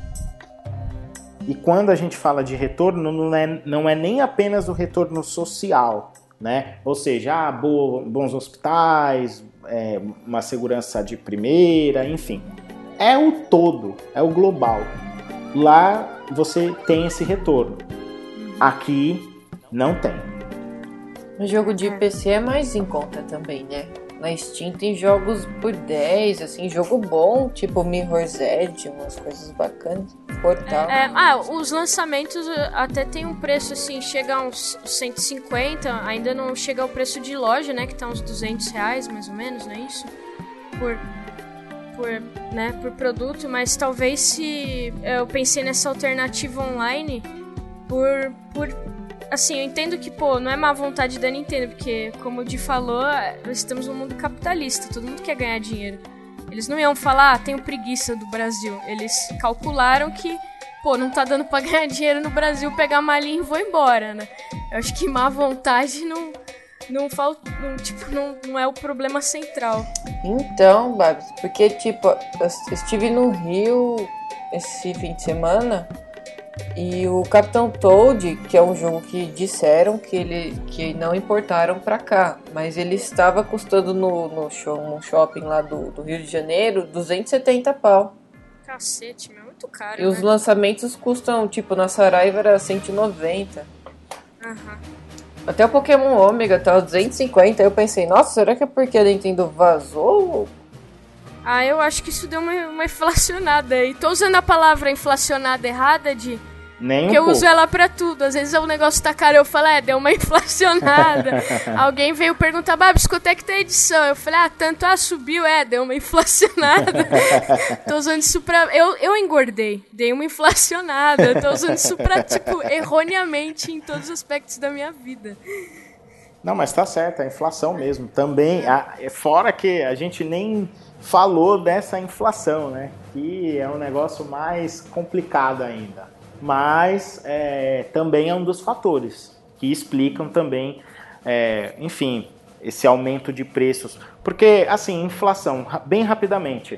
E quando a gente fala de retorno, não é, não é nem apenas o retorno social, né? Ou seja, ah, bo, bons hospitais, é, uma segurança de primeira, enfim. É o todo, é o global. Lá você tem esse retorno. Aqui não tem. O jogo de P C é mais em conta também, né? Na Steam tem jogos por dez, assim, jogo bom, tipo Mirror's Edge, umas coisas bacanas. Portal. É, é, ah, os lançamentos até tem um preço assim, chega a uns cento e cinquenta, ainda não chega ao preço de loja, né? Que tá uns duzentos reais, mais ou menos, não é isso? Por... Por, né, por produto, mas talvez se eu pensei nessa alternativa online por, por assim, eu entendo que, pô, não é má vontade da Nintendo, porque, como o Di falou, nós estamos num mundo capitalista, todo mundo quer ganhar dinheiro. Eles não iam falar, ah, tenho preguiça do Brasil. Eles calcularam que, pô, não tá dando pra ganhar dinheiro no Brasil, pegar a malinha e vou embora, né? Eu acho que má vontade não... Não, falta, não, tipo, não, não é o problema central. Então, Babs, porque tipo, eu estive no Rio esse fim de semana e o Capitão Toad, que é um jogo que disseram que, ele, que não importaram pra cá, mas ele estava custando no, no, show, no shopping lá do, do Rio de Janeiro duzentos e setenta pau. Cacete, meu, é muito caro. E né? os lançamentos custam, tipo, na Saraiva era cento e noventa. Aham. Uhum. Até o Pokémon Ômega tá duzentos e cinquenta. Aí eu pensei, nossa, será que é porque a Nintendo vazou? Ah, eu acho que isso deu uma, uma inflacionada aí. Tô usando a palavra inflacionada errada, de... Nem Porque um eu pouco. uso ela pra tudo. Às vezes o negócio tá caro, eu falo, é, deu uma inflacionada. Alguém veio perguntar, Babs, quanto é que tá a edição? Eu falei, ah, tanto, ah, subiu, é, deu uma inflacionada. Tô usando isso pra... Eu, eu engordei, dei uma inflacionada. Tô usando isso pra, tipo, erroneamente em todos os aspectos da minha vida. Não, mas tá certo, é a inflação mesmo. Também, a, fora que a gente nem falou dessa inflação, né? Que é um negócio mais complicado ainda. Mas é, também é um dos fatores que explicam também, é, enfim, esse aumento de preços. Porque, assim, inflação, bem rapidamente.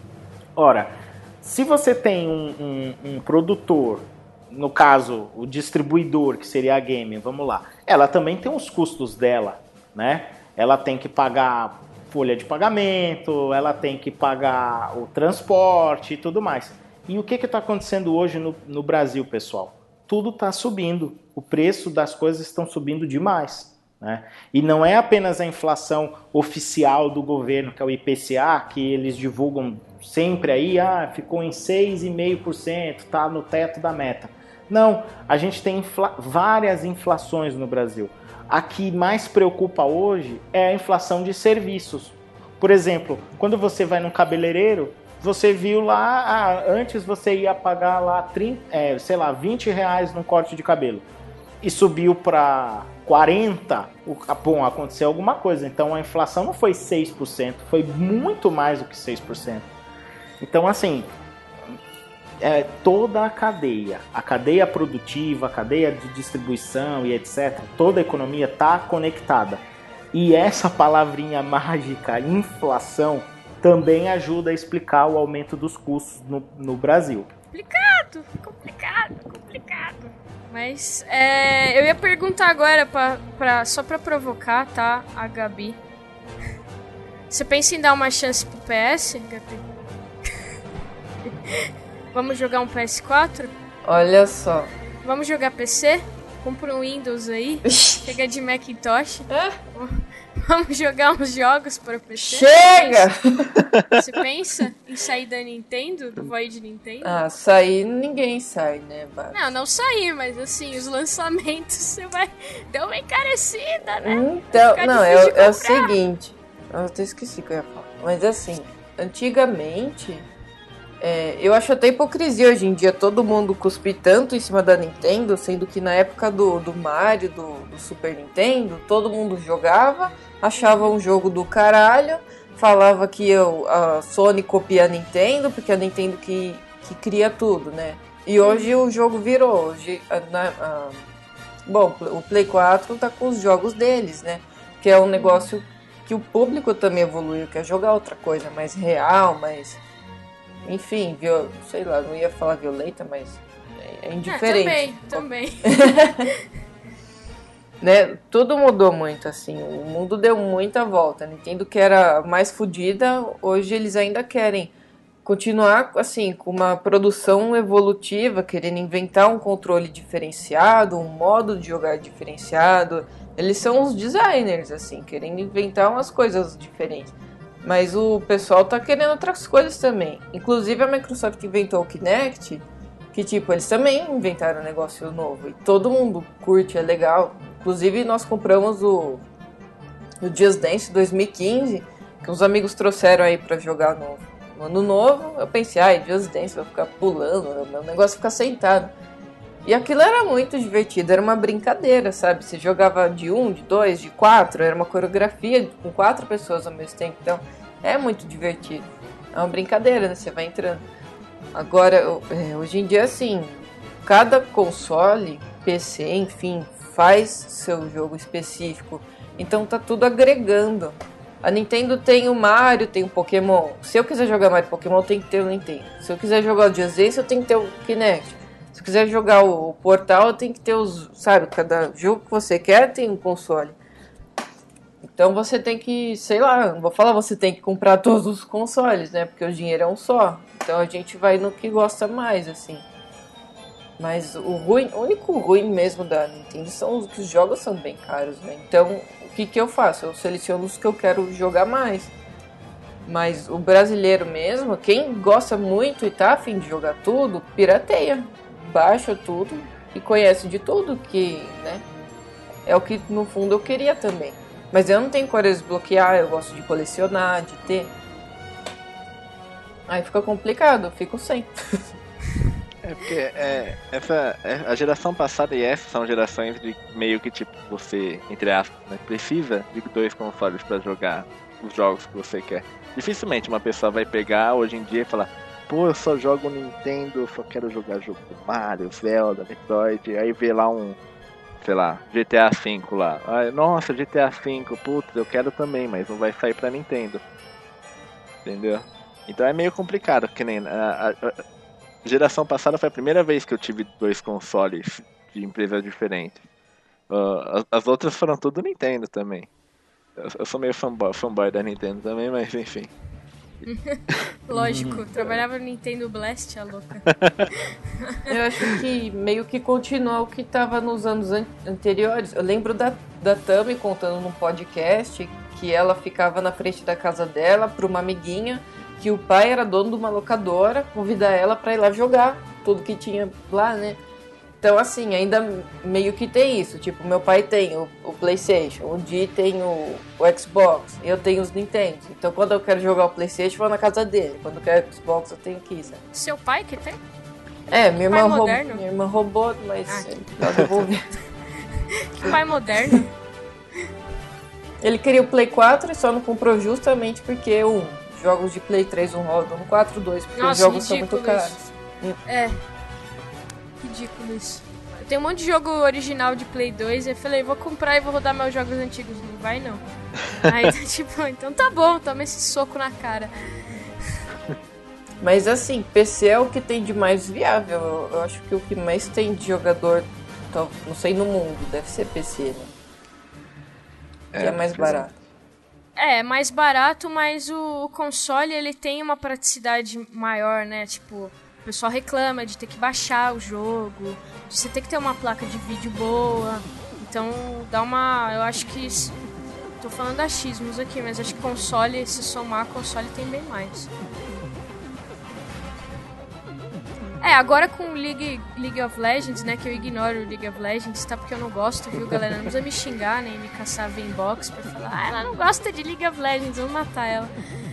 Ora, se você tem um, um, um produtor, no caso, o distribuidor, que seria a Game, vamos lá, ela também tem os custos dela, né? Ela tem que pagar folha de pagamento, ela tem que pagar o transporte e tudo mais. E o que está acontecendo hoje no, no Brasil, pessoal? Tudo está subindo. O preço das coisas estão subindo demais. Né? E não é apenas a inflação oficial do governo, que é o I P C A, que eles divulgam sempre aí, ah, ficou em seis vírgula cinco por cento, está no teto da meta. Não, a gente tem infla- várias inflações no Brasil. A que mais preocupa hoje é a inflação de serviços. Por exemplo, quando você vai num cabeleireiro, você viu lá, ah, antes você ia pagar lá, trinta, é, sei lá, vinte reais num corte de cabelo. E subiu para quarenta, bom, aconteceu alguma coisa. Então a inflação não foi seis por cento, foi muito mais do que seis por cento. Então, assim, é, toda a cadeia, a cadeia produtiva, a cadeia de distribuição e etcétera, toda a economia está conectada. E essa palavrinha mágica, inflação, também ajuda a explicar o aumento dos custos no, no Brasil. Complicado, complicado, complicado. Mas é, eu ia perguntar agora, pra, pra, só pra provocar, tá, a Gabi. Você pensa em dar uma chance pro P S, Gabi? Vamos jogar um P S quatro? Olha só. Vamos jogar P C? Compra um Windows aí. Chega de Macintosh. É? Vamos jogar uns jogos para o P C? Chega! Você pensa em sair da Nintendo? Do Void Nintendo? Ah, sair ninguém sai, né, Bárbara? Não, não sair, mas assim, os lançamentos você vai... Deu uma encarecida, né? Então, não, é, o- é o seguinte. Eu até esqueci o que eu ia falar. Mas assim, antigamente... É, eu acho até hipocrisia hoje em dia todo mundo cuspir tanto em cima da Nintendo, sendo que na época do, do Mario, do, do Super Nintendo, todo mundo jogava, achava um jogo do caralho, falava que eu, a Sony copia a Nintendo, porque a Nintendo que, que cria tudo, né? E hoje o jogo virou. Hoje, a, na- a- bom, o Play quatro tá com os jogos deles, né? Que é um negócio que o público também evoluiu, quer jogar outra coisa mais real, mais... Enfim, viol... sei lá, não ia falar violenta, mas é indiferente. É, também, também. Né? Tudo mudou muito, assim, o mundo deu muita volta. A Nintendo, que era mais fodida, hoje eles ainda querem continuar, assim, com uma produção evolutiva, querendo inventar um controle diferenciado, um modo de jogar diferenciado. Eles são os designers, assim, querendo inventar umas coisas diferentes. Mas o pessoal tá querendo outras coisas também. Inclusive a Microsoft inventou o Kinect, que tipo, eles também inventaram um negócio novo. E todo mundo curte, é legal. Inclusive nós compramos o, o Just Dance dois mil e quinze, que uns amigos trouxeram aí pra jogar no, no ano novo. Eu pensei, ai, Just Dance, vai ficar pulando, o negócio ficar sentado. E aquilo era muito divertido, era uma brincadeira, sabe? Você jogava de um, de dois, de quatro, era uma coreografia com quatro pessoas ao mesmo tempo. Então, é muito divertido. É uma brincadeira, né? Você vai entrando. Agora, hoje em dia, assim, cada console, P C, enfim, faz seu jogo específico. Então, tá tudo agregando. A Nintendo tem o Mario, tem o Pokémon. Se eu quiser jogar Mario e Pokémon, tem que ter o Nintendo. Se eu quiser jogar o Just Dance, eu tenho que ter o Kinect. Se quiser jogar o Portal, tem que ter os... Sabe, cada jogo que você quer tem um console. Então você tem que... Sei lá, não vou falar você tem que comprar todos os consoles, né? Porque o dinheiro é um só. Então a gente vai no que gosta mais, assim. Mas o ruim, o único ruim mesmo da Nintendo são os que os jogos são bem caros, né? Então o que que eu faço? Eu seleciono os que eu quero jogar mais. Mas o brasileiro mesmo, quem gosta muito e tá a fim de jogar tudo, pirateia. Baixa tudo e conhece de tudo, que, né, é o que no fundo eu queria também. Mas eu não tenho como desbloquear, eu gosto de colecionar, de ter. Aí fica complicado, eu fico sem. É porque é, essa, é, a geração passada e essa são gerações de meio que tipo, você, entre aspas, né, precisa de dois consoles pra jogar os jogos que você quer. Dificilmente uma pessoa vai pegar hoje em dia e falar: pô, eu só jogo Nintendo, eu só quero jogar jogo do Mario, Zelda, Metroid. Aí vê lá um, sei lá, G T A cinco lá. Ai, nossa, G T A cinco, putz, eu quero também, mas não vai sair pra Nintendo. Entendeu? Então é meio complicado, que nem a, a, a geração passada foi a primeira vez que eu tive dois consoles de empresas diferentes. Uh, as, as outras foram tudo Nintendo também. Eu, eu sou meio fanboy, fanboy da Nintendo também, mas enfim. Lógico, trabalhava no Nintendo Blast, a louca. Eu acho que meio que continua o que tava nos anos an- anteriores. Eu lembro da, da Tami contando num podcast que ela ficava na frente da casa dela pra uma amiguinha, que o pai era dono de uma locadora, convidar ela pra ir lá jogar tudo que tinha lá, né? Então, assim, ainda meio que tem isso. Tipo, meu pai tem o, o PlayStation, o Di tem o, o Xbox, eu tenho os Nintendo. Então, quando eu quero jogar o PlayStation, eu vou na casa dele. Quando eu quero o Xbox, eu tenho que ir, sabe? Seu pai que tem? É, minha irmã, pai roubou, moderno? minha irmã roubou, mas Ah. ele tá devolvendo. Que pai moderno. Ele queria o Play quatro e só não comprou justamente porque, um, jogos de Play três não rodam no quatro dois, porque Nossa, os jogos são ridículo muito caros. isso. É. Ridículo isso. Tem um monte de jogo original de Play dois e eu falei, vou comprar e vou rodar meus jogos antigos. Não vai não. Aí, tipo, então tá bom, toma esse soco na cara. Mas assim, P C é o que tem de mais viável. Eu, eu acho que o que mais tem de jogador, então, não sei, no mundo, deve ser P C, né? Que é, é mais barato. É, mais barato, mas o, o console, ele tem uma praticidade maior, né? Tipo, o pessoal reclama de ter que baixar o jogo, de você ter que ter uma placa de vídeo boa. Então, dá uma... Eu acho que... Tô falando achismos aqui, mas acho que console, se somar, console tem bem mais. É, agora com League, League of Legends, né, que eu ignoro o League of Legends, tá? Porque eu não gosto, viu, galera? Não precisa me xingar, nem me caçar v inbox pra falar, ah, ela não gosta de League of Legends, vamos matar ela.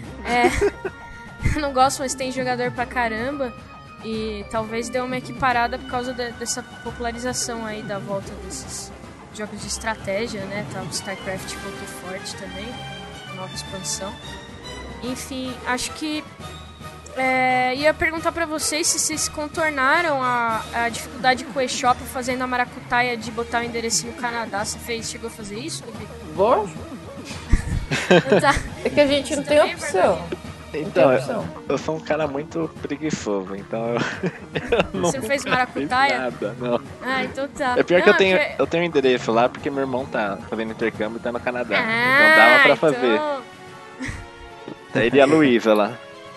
É, não gosto, mas tem jogador pra caramba e talvez dê uma equiparada por causa de, dessa popularização aí da volta desses jogos de estratégia, né? Tá, o StarCraft voltou forte também, nova expansão. Enfim, acho que É, ia perguntar pra vocês se vocês contornaram a, a dificuldade com o eShop fazendo a maracutaia de botar o endereço no Canadá. Você fez, chegou a fazer isso, Gabi? Lógico. Tá. É que a gente não tem opção. Então, eu, eu sou um cara muito preguiçoso, então eu, eu não Você fez maracutaia? nada, não. Ah, então tá. É pior não, que eu tenho, porque... eu tenho um endereço lá porque meu irmão tá fazendo intercâmbio e tá no Canadá. Ah, então dava pra fazer. então... Ele e a Luísa lá.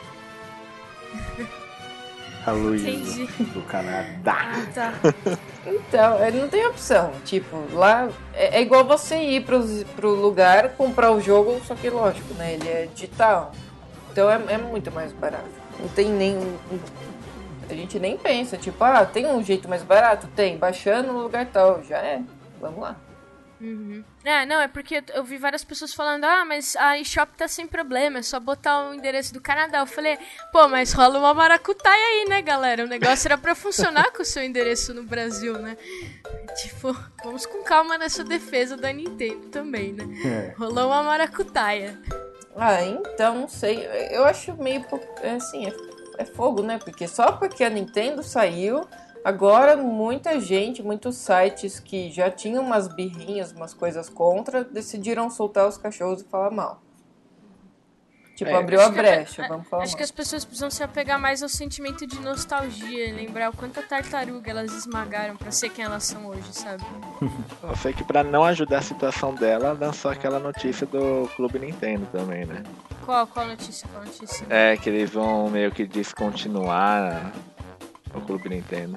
A Luísa Entendi. do Canadá. Ah, tá. Então, ele não tem opção. Tipo, lá é, é igual você ir pro, pro lugar, comprar o jogo, só que lógico, né? Ele é digital. Então é, é muito mais barato. Não tem nem... A gente nem pensa, tipo, ah, tem um jeito mais barato? Tem, baixando no lugar tal. Já é. Vamos lá. Uhum. É, não, é porque eu vi várias pessoas falando, ah, mas a eShop tá sem problema, é só botar o endereço do Canadá. Eu falei, pô, mas rola uma maracutaia aí, né, galera? O negócio era pra funcionar com o seu endereço no Brasil, né? Tipo, vamos com calma nessa defesa da Nintendo também, né? É. Rolou uma maracutaia. Ah, então, não sei. Eu acho meio, é, assim, é, é fogo, né? Porque só porque a Nintendo saiu... Agora, muita gente, muitos sites que já tinham umas birrinhas, umas coisas contra, decidiram soltar os cachorros e falar mal. Tipo, É, abriu a Acho que brecha, a- vamos falar Acho mal. que as pessoas precisam se apegar mais ao sentimento de nostalgia, lembrar o quanta tartaruga elas esmagaram pra ser quem elas são hoje, sabe? Eu sei que pra não ajudar a situação dela, lançou aquela notícia do Clube Nintendo também, né? Qual, qual notícia, qual notícia? É, que eles vão meio que descontinuar o Clube Nintendo.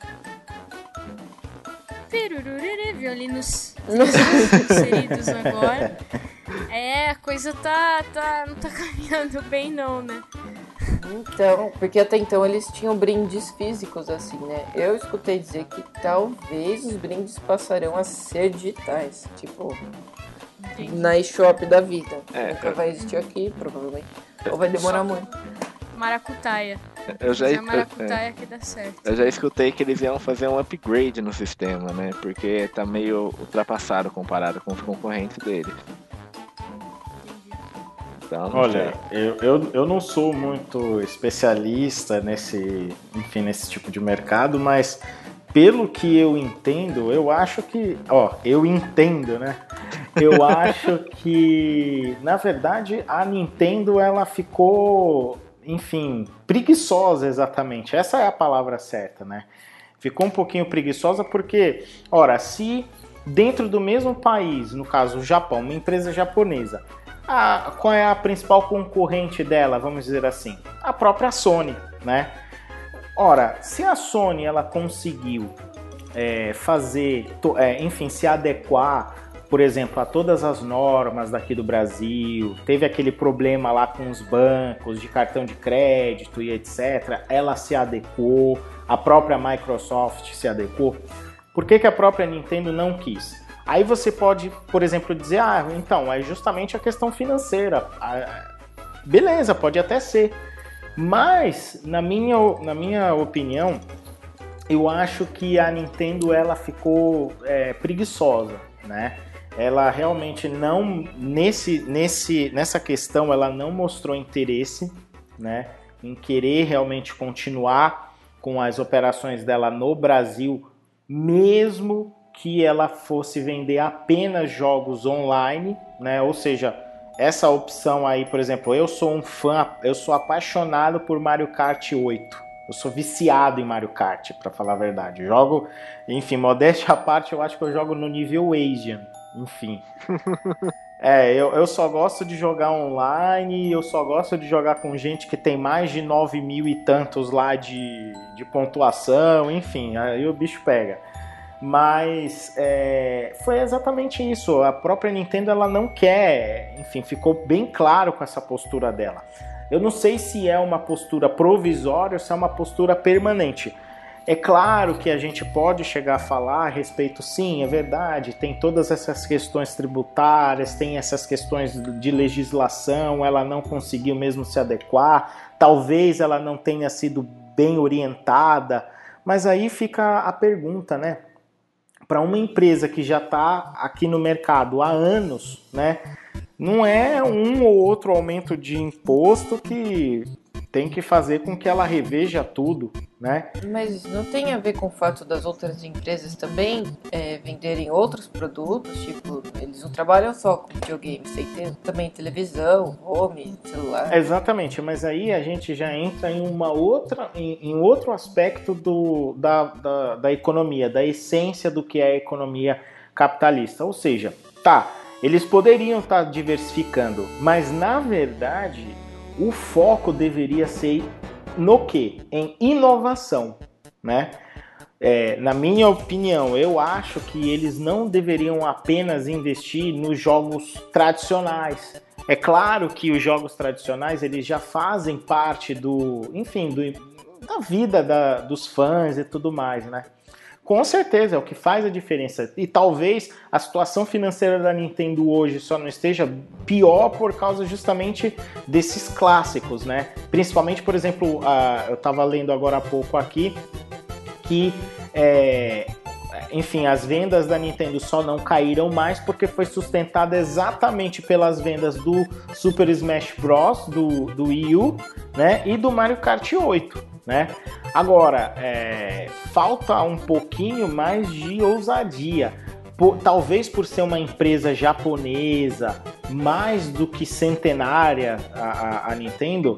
Pirurururu, violinos inseridos agora. É, a coisa tá, tá, não tá caminhando bem não, né? Então, porque até então eles tinham brindes físicos, assim, né? Eu escutei dizer que talvez os brindes passarão a ser digitais. Tipo, Entendi. na eShop da vida. É, Nunca eu- vai existir aqui, provavelmente. Ou vai demorar Só- muito. Maracutaia. Eu já, Mas a eu, maracutaia que dá certo. eu já escutei que eles iam fazer um upgrade no sistema, né? Porque tá meio ultrapassado comparado com os concorrentes deles. Então, não Olha, sei. eu, eu, eu não sou muito especialista nesse, enfim, nesse tipo de mercado, mas pelo que eu entendo, eu acho que, ó, eu entendo, né? Eu acho que, na verdade, a Nintendo, ela ficou, enfim, preguiçosa exatamente. Essa é a palavra certa, né? Ficou um pouquinho preguiçosa porque, ora, se dentro do mesmo país, no caso o Japão, uma empresa japonesa, a, qual é a principal concorrente dela, vamos dizer assim? A própria Sony, né? Ora, se a Sony ela conseguiu é, fazer, to, é, enfim, se adequar, por exemplo, a todas as normas daqui do Brasil, teve aquele problema lá com os bancos de cartão de crédito e etcétera, ela se adequou, a própria Microsoft se adequou. Por que, que a própria Nintendo não quis? Aí você pode, por exemplo, dizer, ah, então, é justamente a questão financeira. Beleza, pode até ser. Mas, na minha, na minha opinião, eu acho que a Nintendo ela ficou é, preguiçosa, né? Ela realmente não, nesse, nesse, nessa questão, ela não mostrou interesse, né, em querer realmente continuar com as operações dela no Brasil, mesmo que ela fosse vender apenas jogos online, né? Ou seja, essa opção aí, por exemplo, eu sou um fã, eu sou apaixonado por Mario Kart oito. Eu sou viciado em Mario Kart, para falar a verdade. Jogo, enfim, modéstia à parte, eu acho que eu jogo no nível Asian, enfim. É, eu, eu só gosto de jogar online, eu só gosto de jogar com gente que tem mais de nove mil e tantos lá de, de pontuação, enfim, aí o bicho pega. Mas é, foi exatamente isso, a própria Nintendo ela não quer, enfim, ficou bem claro com essa postura dela. Eu não sei se é uma postura provisória ou se é uma postura permanente. É claro que a gente pode chegar a falar a respeito, sim, é verdade, tem todas essas questões tributárias, tem essas questões de legislação, ela não conseguiu mesmo se adequar, talvez ela não tenha sido bem orientada, mas aí fica a pergunta, né? Para uma empresa que já está aqui no mercado há anos, né? Não é um ou outro aumento de imposto que tem que fazer com que ela reveja tudo, né? Mas não tem a ver com o fato das outras empresas também é, venderem outros produtos? Tipo, eles não trabalham só com videogames, tem ter, também televisão, home, celular. Exatamente, mas aí a gente já entra em uma outra, em, em outro aspecto do, da, da, da economia, da essência do que é a economia capitalista. Ou seja, tá, eles poderiam estar diversificando, mas na verdade o foco deveria ser no quê? Em inovação, né? É, na minha opinião, eu acho que eles não deveriam apenas investir nos jogos tradicionais. É claro que os jogos tradicionais eles já fazem parte do, enfim, do, da vida da, dos fãs e tudo mais, né? Com certeza, é o que faz a diferença. E talvez a situação financeira da Nintendo hoje só não esteja pior por causa justamente desses clássicos, né? Principalmente, por exemplo, uh, eu estava lendo agora há pouco aqui que, é, enfim, as vendas da Nintendo só não caíram mais porque foi sustentada exatamente pelas vendas do Super Smash Bros, do, do Wii U, né? E do Mario Kart oito. Né? Agora, é, falta um pouquinho mais de ousadia. Por, talvez por ser uma empresa japonesa, mais do que centenária, a, a, a Nintendo,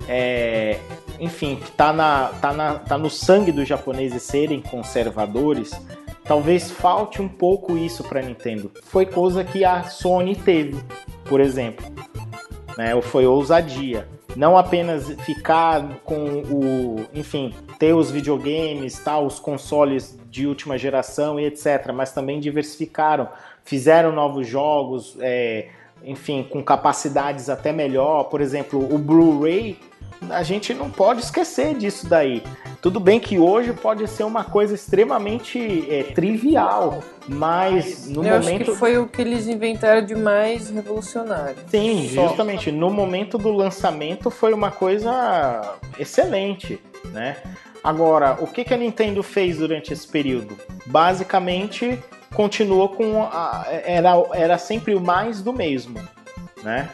é, enfim, tá, na, tá, na, tá no sangue dos japoneses serem conservadores, talvez falte um pouco isso para a Nintendo. Foi coisa que a Sony teve, por exemplo, né? Ou foi ousadia. Não apenas ficar com o, enfim, ter os videogames, tá, os consoles de última geração e etcétera, mas também diversificaram, fizeram novos jogos, é, enfim, com capacidades até melhor. Por exemplo, o Blu-ray, a gente não pode esquecer disso daí. Tudo bem que hoje pode ser uma coisa extremamente é, trivial, mas no Eu momento... acho que foi o que eles inventaram de mais revolucionário. Sim, Só. justamente. No momento do lançamento foi uma coisa excelente, né? Agora, o que que a Nintendo fez durante esse período? Basicamente, continuou com... A, era, era sempre o mais do mesmo, né?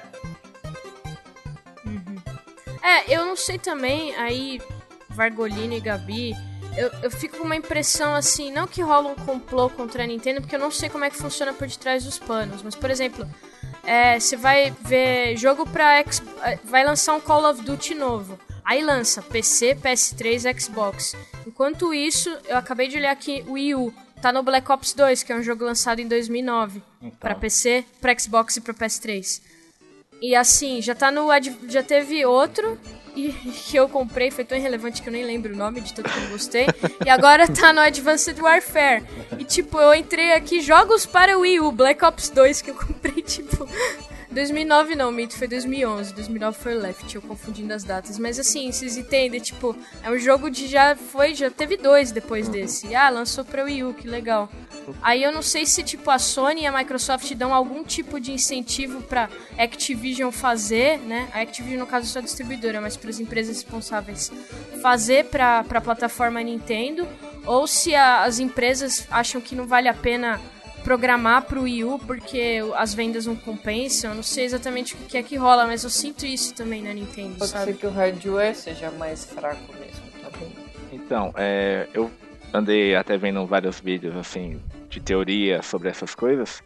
É, eu não sei também, aí, Vargolino e Gabi, eu, eu fico com uma impressão assim, não que rola um complô contra a Nintendo, porque eu não sei como é que funciona por detrás dos panos, mas, por exemplo, é, você vai ver jogo pra X, vai lançar um Call of Duty novo, aí lança P C, P S três, Xbox. Enquanto isso, eu acabei de olhar aqui, o Wii U tá no Black Ops dois, que é um jogo lançado em dois mil e nove, então. Pra P C, pra Xbox e pra P S três. E assim, já tá no. Já teve outro e, que eu comprei, foi tão irrelevante que eu nem lembro o nome de tanto que eu gostei. E agora tá no Advanced Warfare. E tipo, eu entrei aqui, jogos para o Wii U, Black Ops dois, que eu comprei, tipo, dois mil e nove não, mito, foi dois mil e onze. dois mil e nove foi o Left, eu confundindo as datas. Mas assim, vocês entendem, tipo, é um jogo de já foi, já teve dois depois desse. Ah, lançou pra Wii U, que legal. Aí eu não sei se, tipo, a Sony e a Microsoft dão algum tipo de incentivo pra Activision fazer, né? A Activision, no caso, é só distribuidora, mas para as empresas responsáveis fazer pra, pra plataforma Nintendo. Ou se a, as empresas acham que não vale a pena programar pro Wii U porque as vendas não compensam. Eu não sei exatamente o que é que rola, mas eu sinto isso também na Nintendo, Pode sabe? ser que o hardware seja mais fraco mesmo, tá bem? Então, é, eu andei até vendo vários vídeos assim de teoria sobre essas coisas.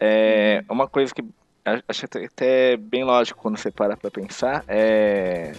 É, uma coisa que acho até bem lógico quando você para pra pensar é...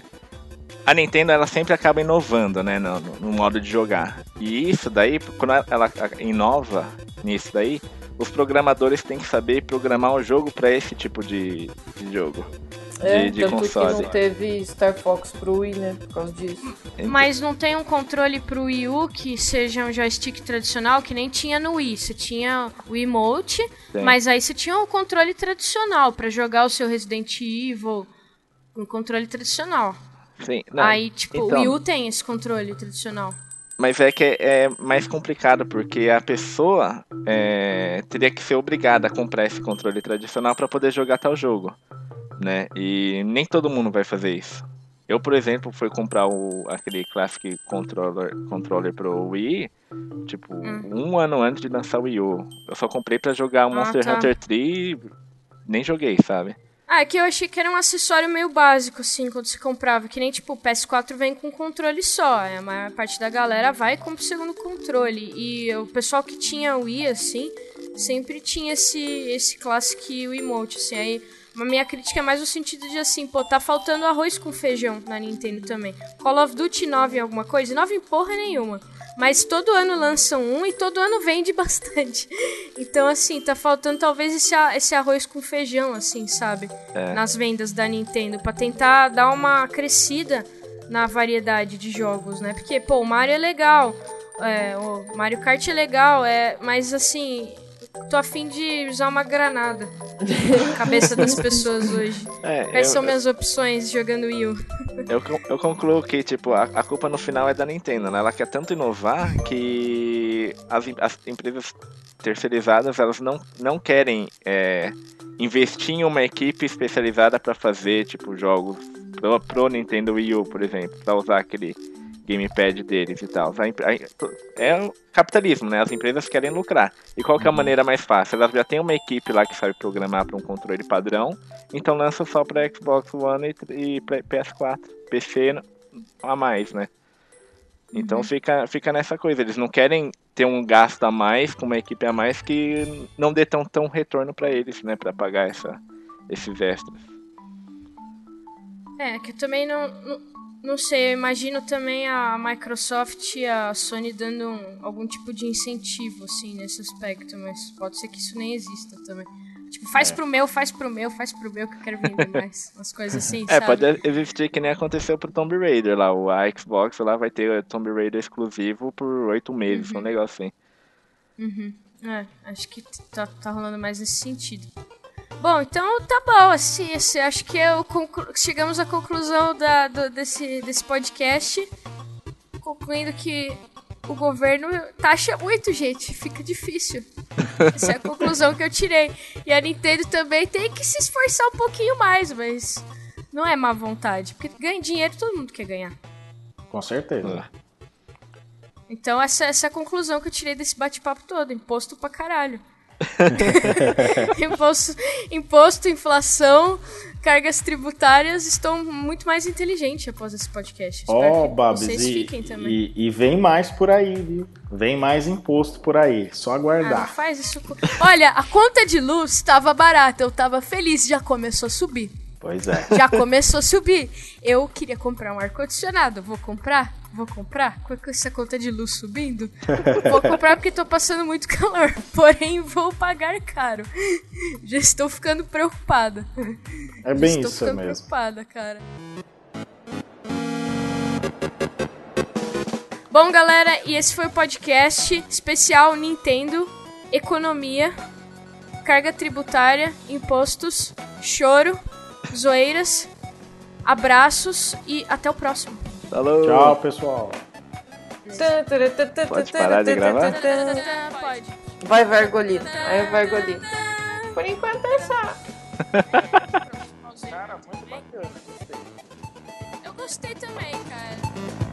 A Nintendo, ela sempre acaba inovando, né, no, no modo de jogar. E isso daí, quando ela inova nisso daí, os programadores têm que saber programar o jogo para esse tipo de, de jogo. É, de, de tanto console. que não teve Star Fox pro Wii, né, por causa disso. Mas não tem um controle pro Wii U que seja um joystick tradicional, que nem tinha no Wii. Você tinha o Emote, Sim. mas aí você tinha o controle tradicional para jogar o seu Resident Evil, um controle tradicional. Sim, não, aí, tipo, então, o Wii U tem esse controle tradicional. Mas é que é, é mais complicado, porque a pessoa é, teria que ser obrigada a comprar esse controle tradicional para poder jogar tal jogo, né? E nem todo mundo vai fazer isso. Eu, por exemplo, fui comprar o, aquele Classic Controller, controller pro Wii, tipo, Hum. um ano antes de lançar o Wii U. Eu só comprei para jogar o Ah, Monster tá. Hunter três, nem joguei, sabe? Ah, é que eu achei que era um acessório meio básico, assim, quando você comprava. Que nem, tipo, o P S quatro vem com controle só. A maior parte da galera vai e compra o segundo controle. E o pessoal que tinha o Wii, assim, sempre tinha esse, esse Classic Wiimote, assim. Aí, a minha crítica é mais no sentido de, assim, pô, tá faltando arroz com feijão na Nintendo também. Call of Duty nove em alguma coisa? nove em porra nenhuma. Mas todo ano lançam um e todo ano vende bastante. Então, assim, tá faltando talvez esse, esse arroz com feijão, assim, sabe? É. Nas vendas da Nintendo, pra tentar dar uma crescida na variedade de jogos, né? Porque, pô, o Mario é legal, é, o Mario Kart é legal, é, mas, assim, tô a fim de usar uma granada na cabeça das pessoas hoje. É, Quais eu- são minhas opções jogando Wii U? Eu, con- eu concluo que, tipo, a, a culpa no final é da Nintendo, né? Ela quer tanto inovar que as, em- as empresas terceirizadas, elas não, não querem é, investir em uma equipe especializada para fazer, tipo, jogos pro, pro Nintendo Wii U, por exemplo, para usar aquele gamepad deles e tal. A em- a- É o capitalismo, né? As empresas querem lucrar. E qual que é a maneira mais fácil? Elas já têm uma equipe lá que sabe programar para um controle padrão, então lança só para Xbox One e, e pra P S quatro, P C a mais, né? Então fica, fica nessa coisa. Eles não querem ter um gasto a mais com uma equipe a mais que não dê tão, tão retorno para eles, né? Para pagar essa, esses extras. É, que eu também não, não, não sei, eu imagino também a Microsoft e a Sony dando um- algum tipo de incentivo, assim, nesse aspecto, mas pode ser que isso nem exista também. Tipo, faz É. pro meu, faz pro meu, faz pro meu que eu quero vender mais. Umas coisas assim, É, sabe? pode existir que nem aconteceu pro Tomb Raider lá. O a Xbox lá vai ter Tomb Raider exclusivo por oito meses, um negócio assim. Uhum. É, acho que tá, tá rolando mais nesse sentido. Bom, então tá bom, assim, esse, acho que eu conclu- chegamos à conclusão da, do- desse, desse podcast, concluindo que o governo taxa muito, gente, fica difícil. Essa é a conclusão que eu tirei. E a Nintendo também tem que se esforçar um pouquinho mais, mas não é má vontade, porque ganha dinheiro, todo mundo quer ganhar. Com certeza. Então essa, essa é a conclusão que eu tirei desse bate-papo todo. Imposto pra caralho. imposto, imposto, inflação, cargas tributárias. Estou muito mais inteligente após esse podcast. Espero Ó, que Babs, vocês e, fiquem também. e, e vem mais por aí, viu? Vem mais imposto por aí. Só Ah, não aguardar. faz isso. co- Olha, a conta de luz estava barata. Eu estava feliz. Já começou a subir. Pois é. Já começou a subir. Eu queria comprar um ar-condicionado. Vou comprar? Vou comprar? Com essa conta de luz subindo? Vou comprar porque tô passando muito calor. Porém, vou pagar caro. Já estou ficando preocupada. É Já bem estou isso ficando mesmo. preocupada, cara. Bom, galera, e esse foi o podcast especial Nintendo, economia, carga tributária, impostos choro, zoeiras, abraços e até o próximo. Falou! Tchau, pessoal. Pode parar de gravar? Pode. Vai, Vargolino. Aí, Vargolino. Por enquanto é só. Eu gostei também, cara.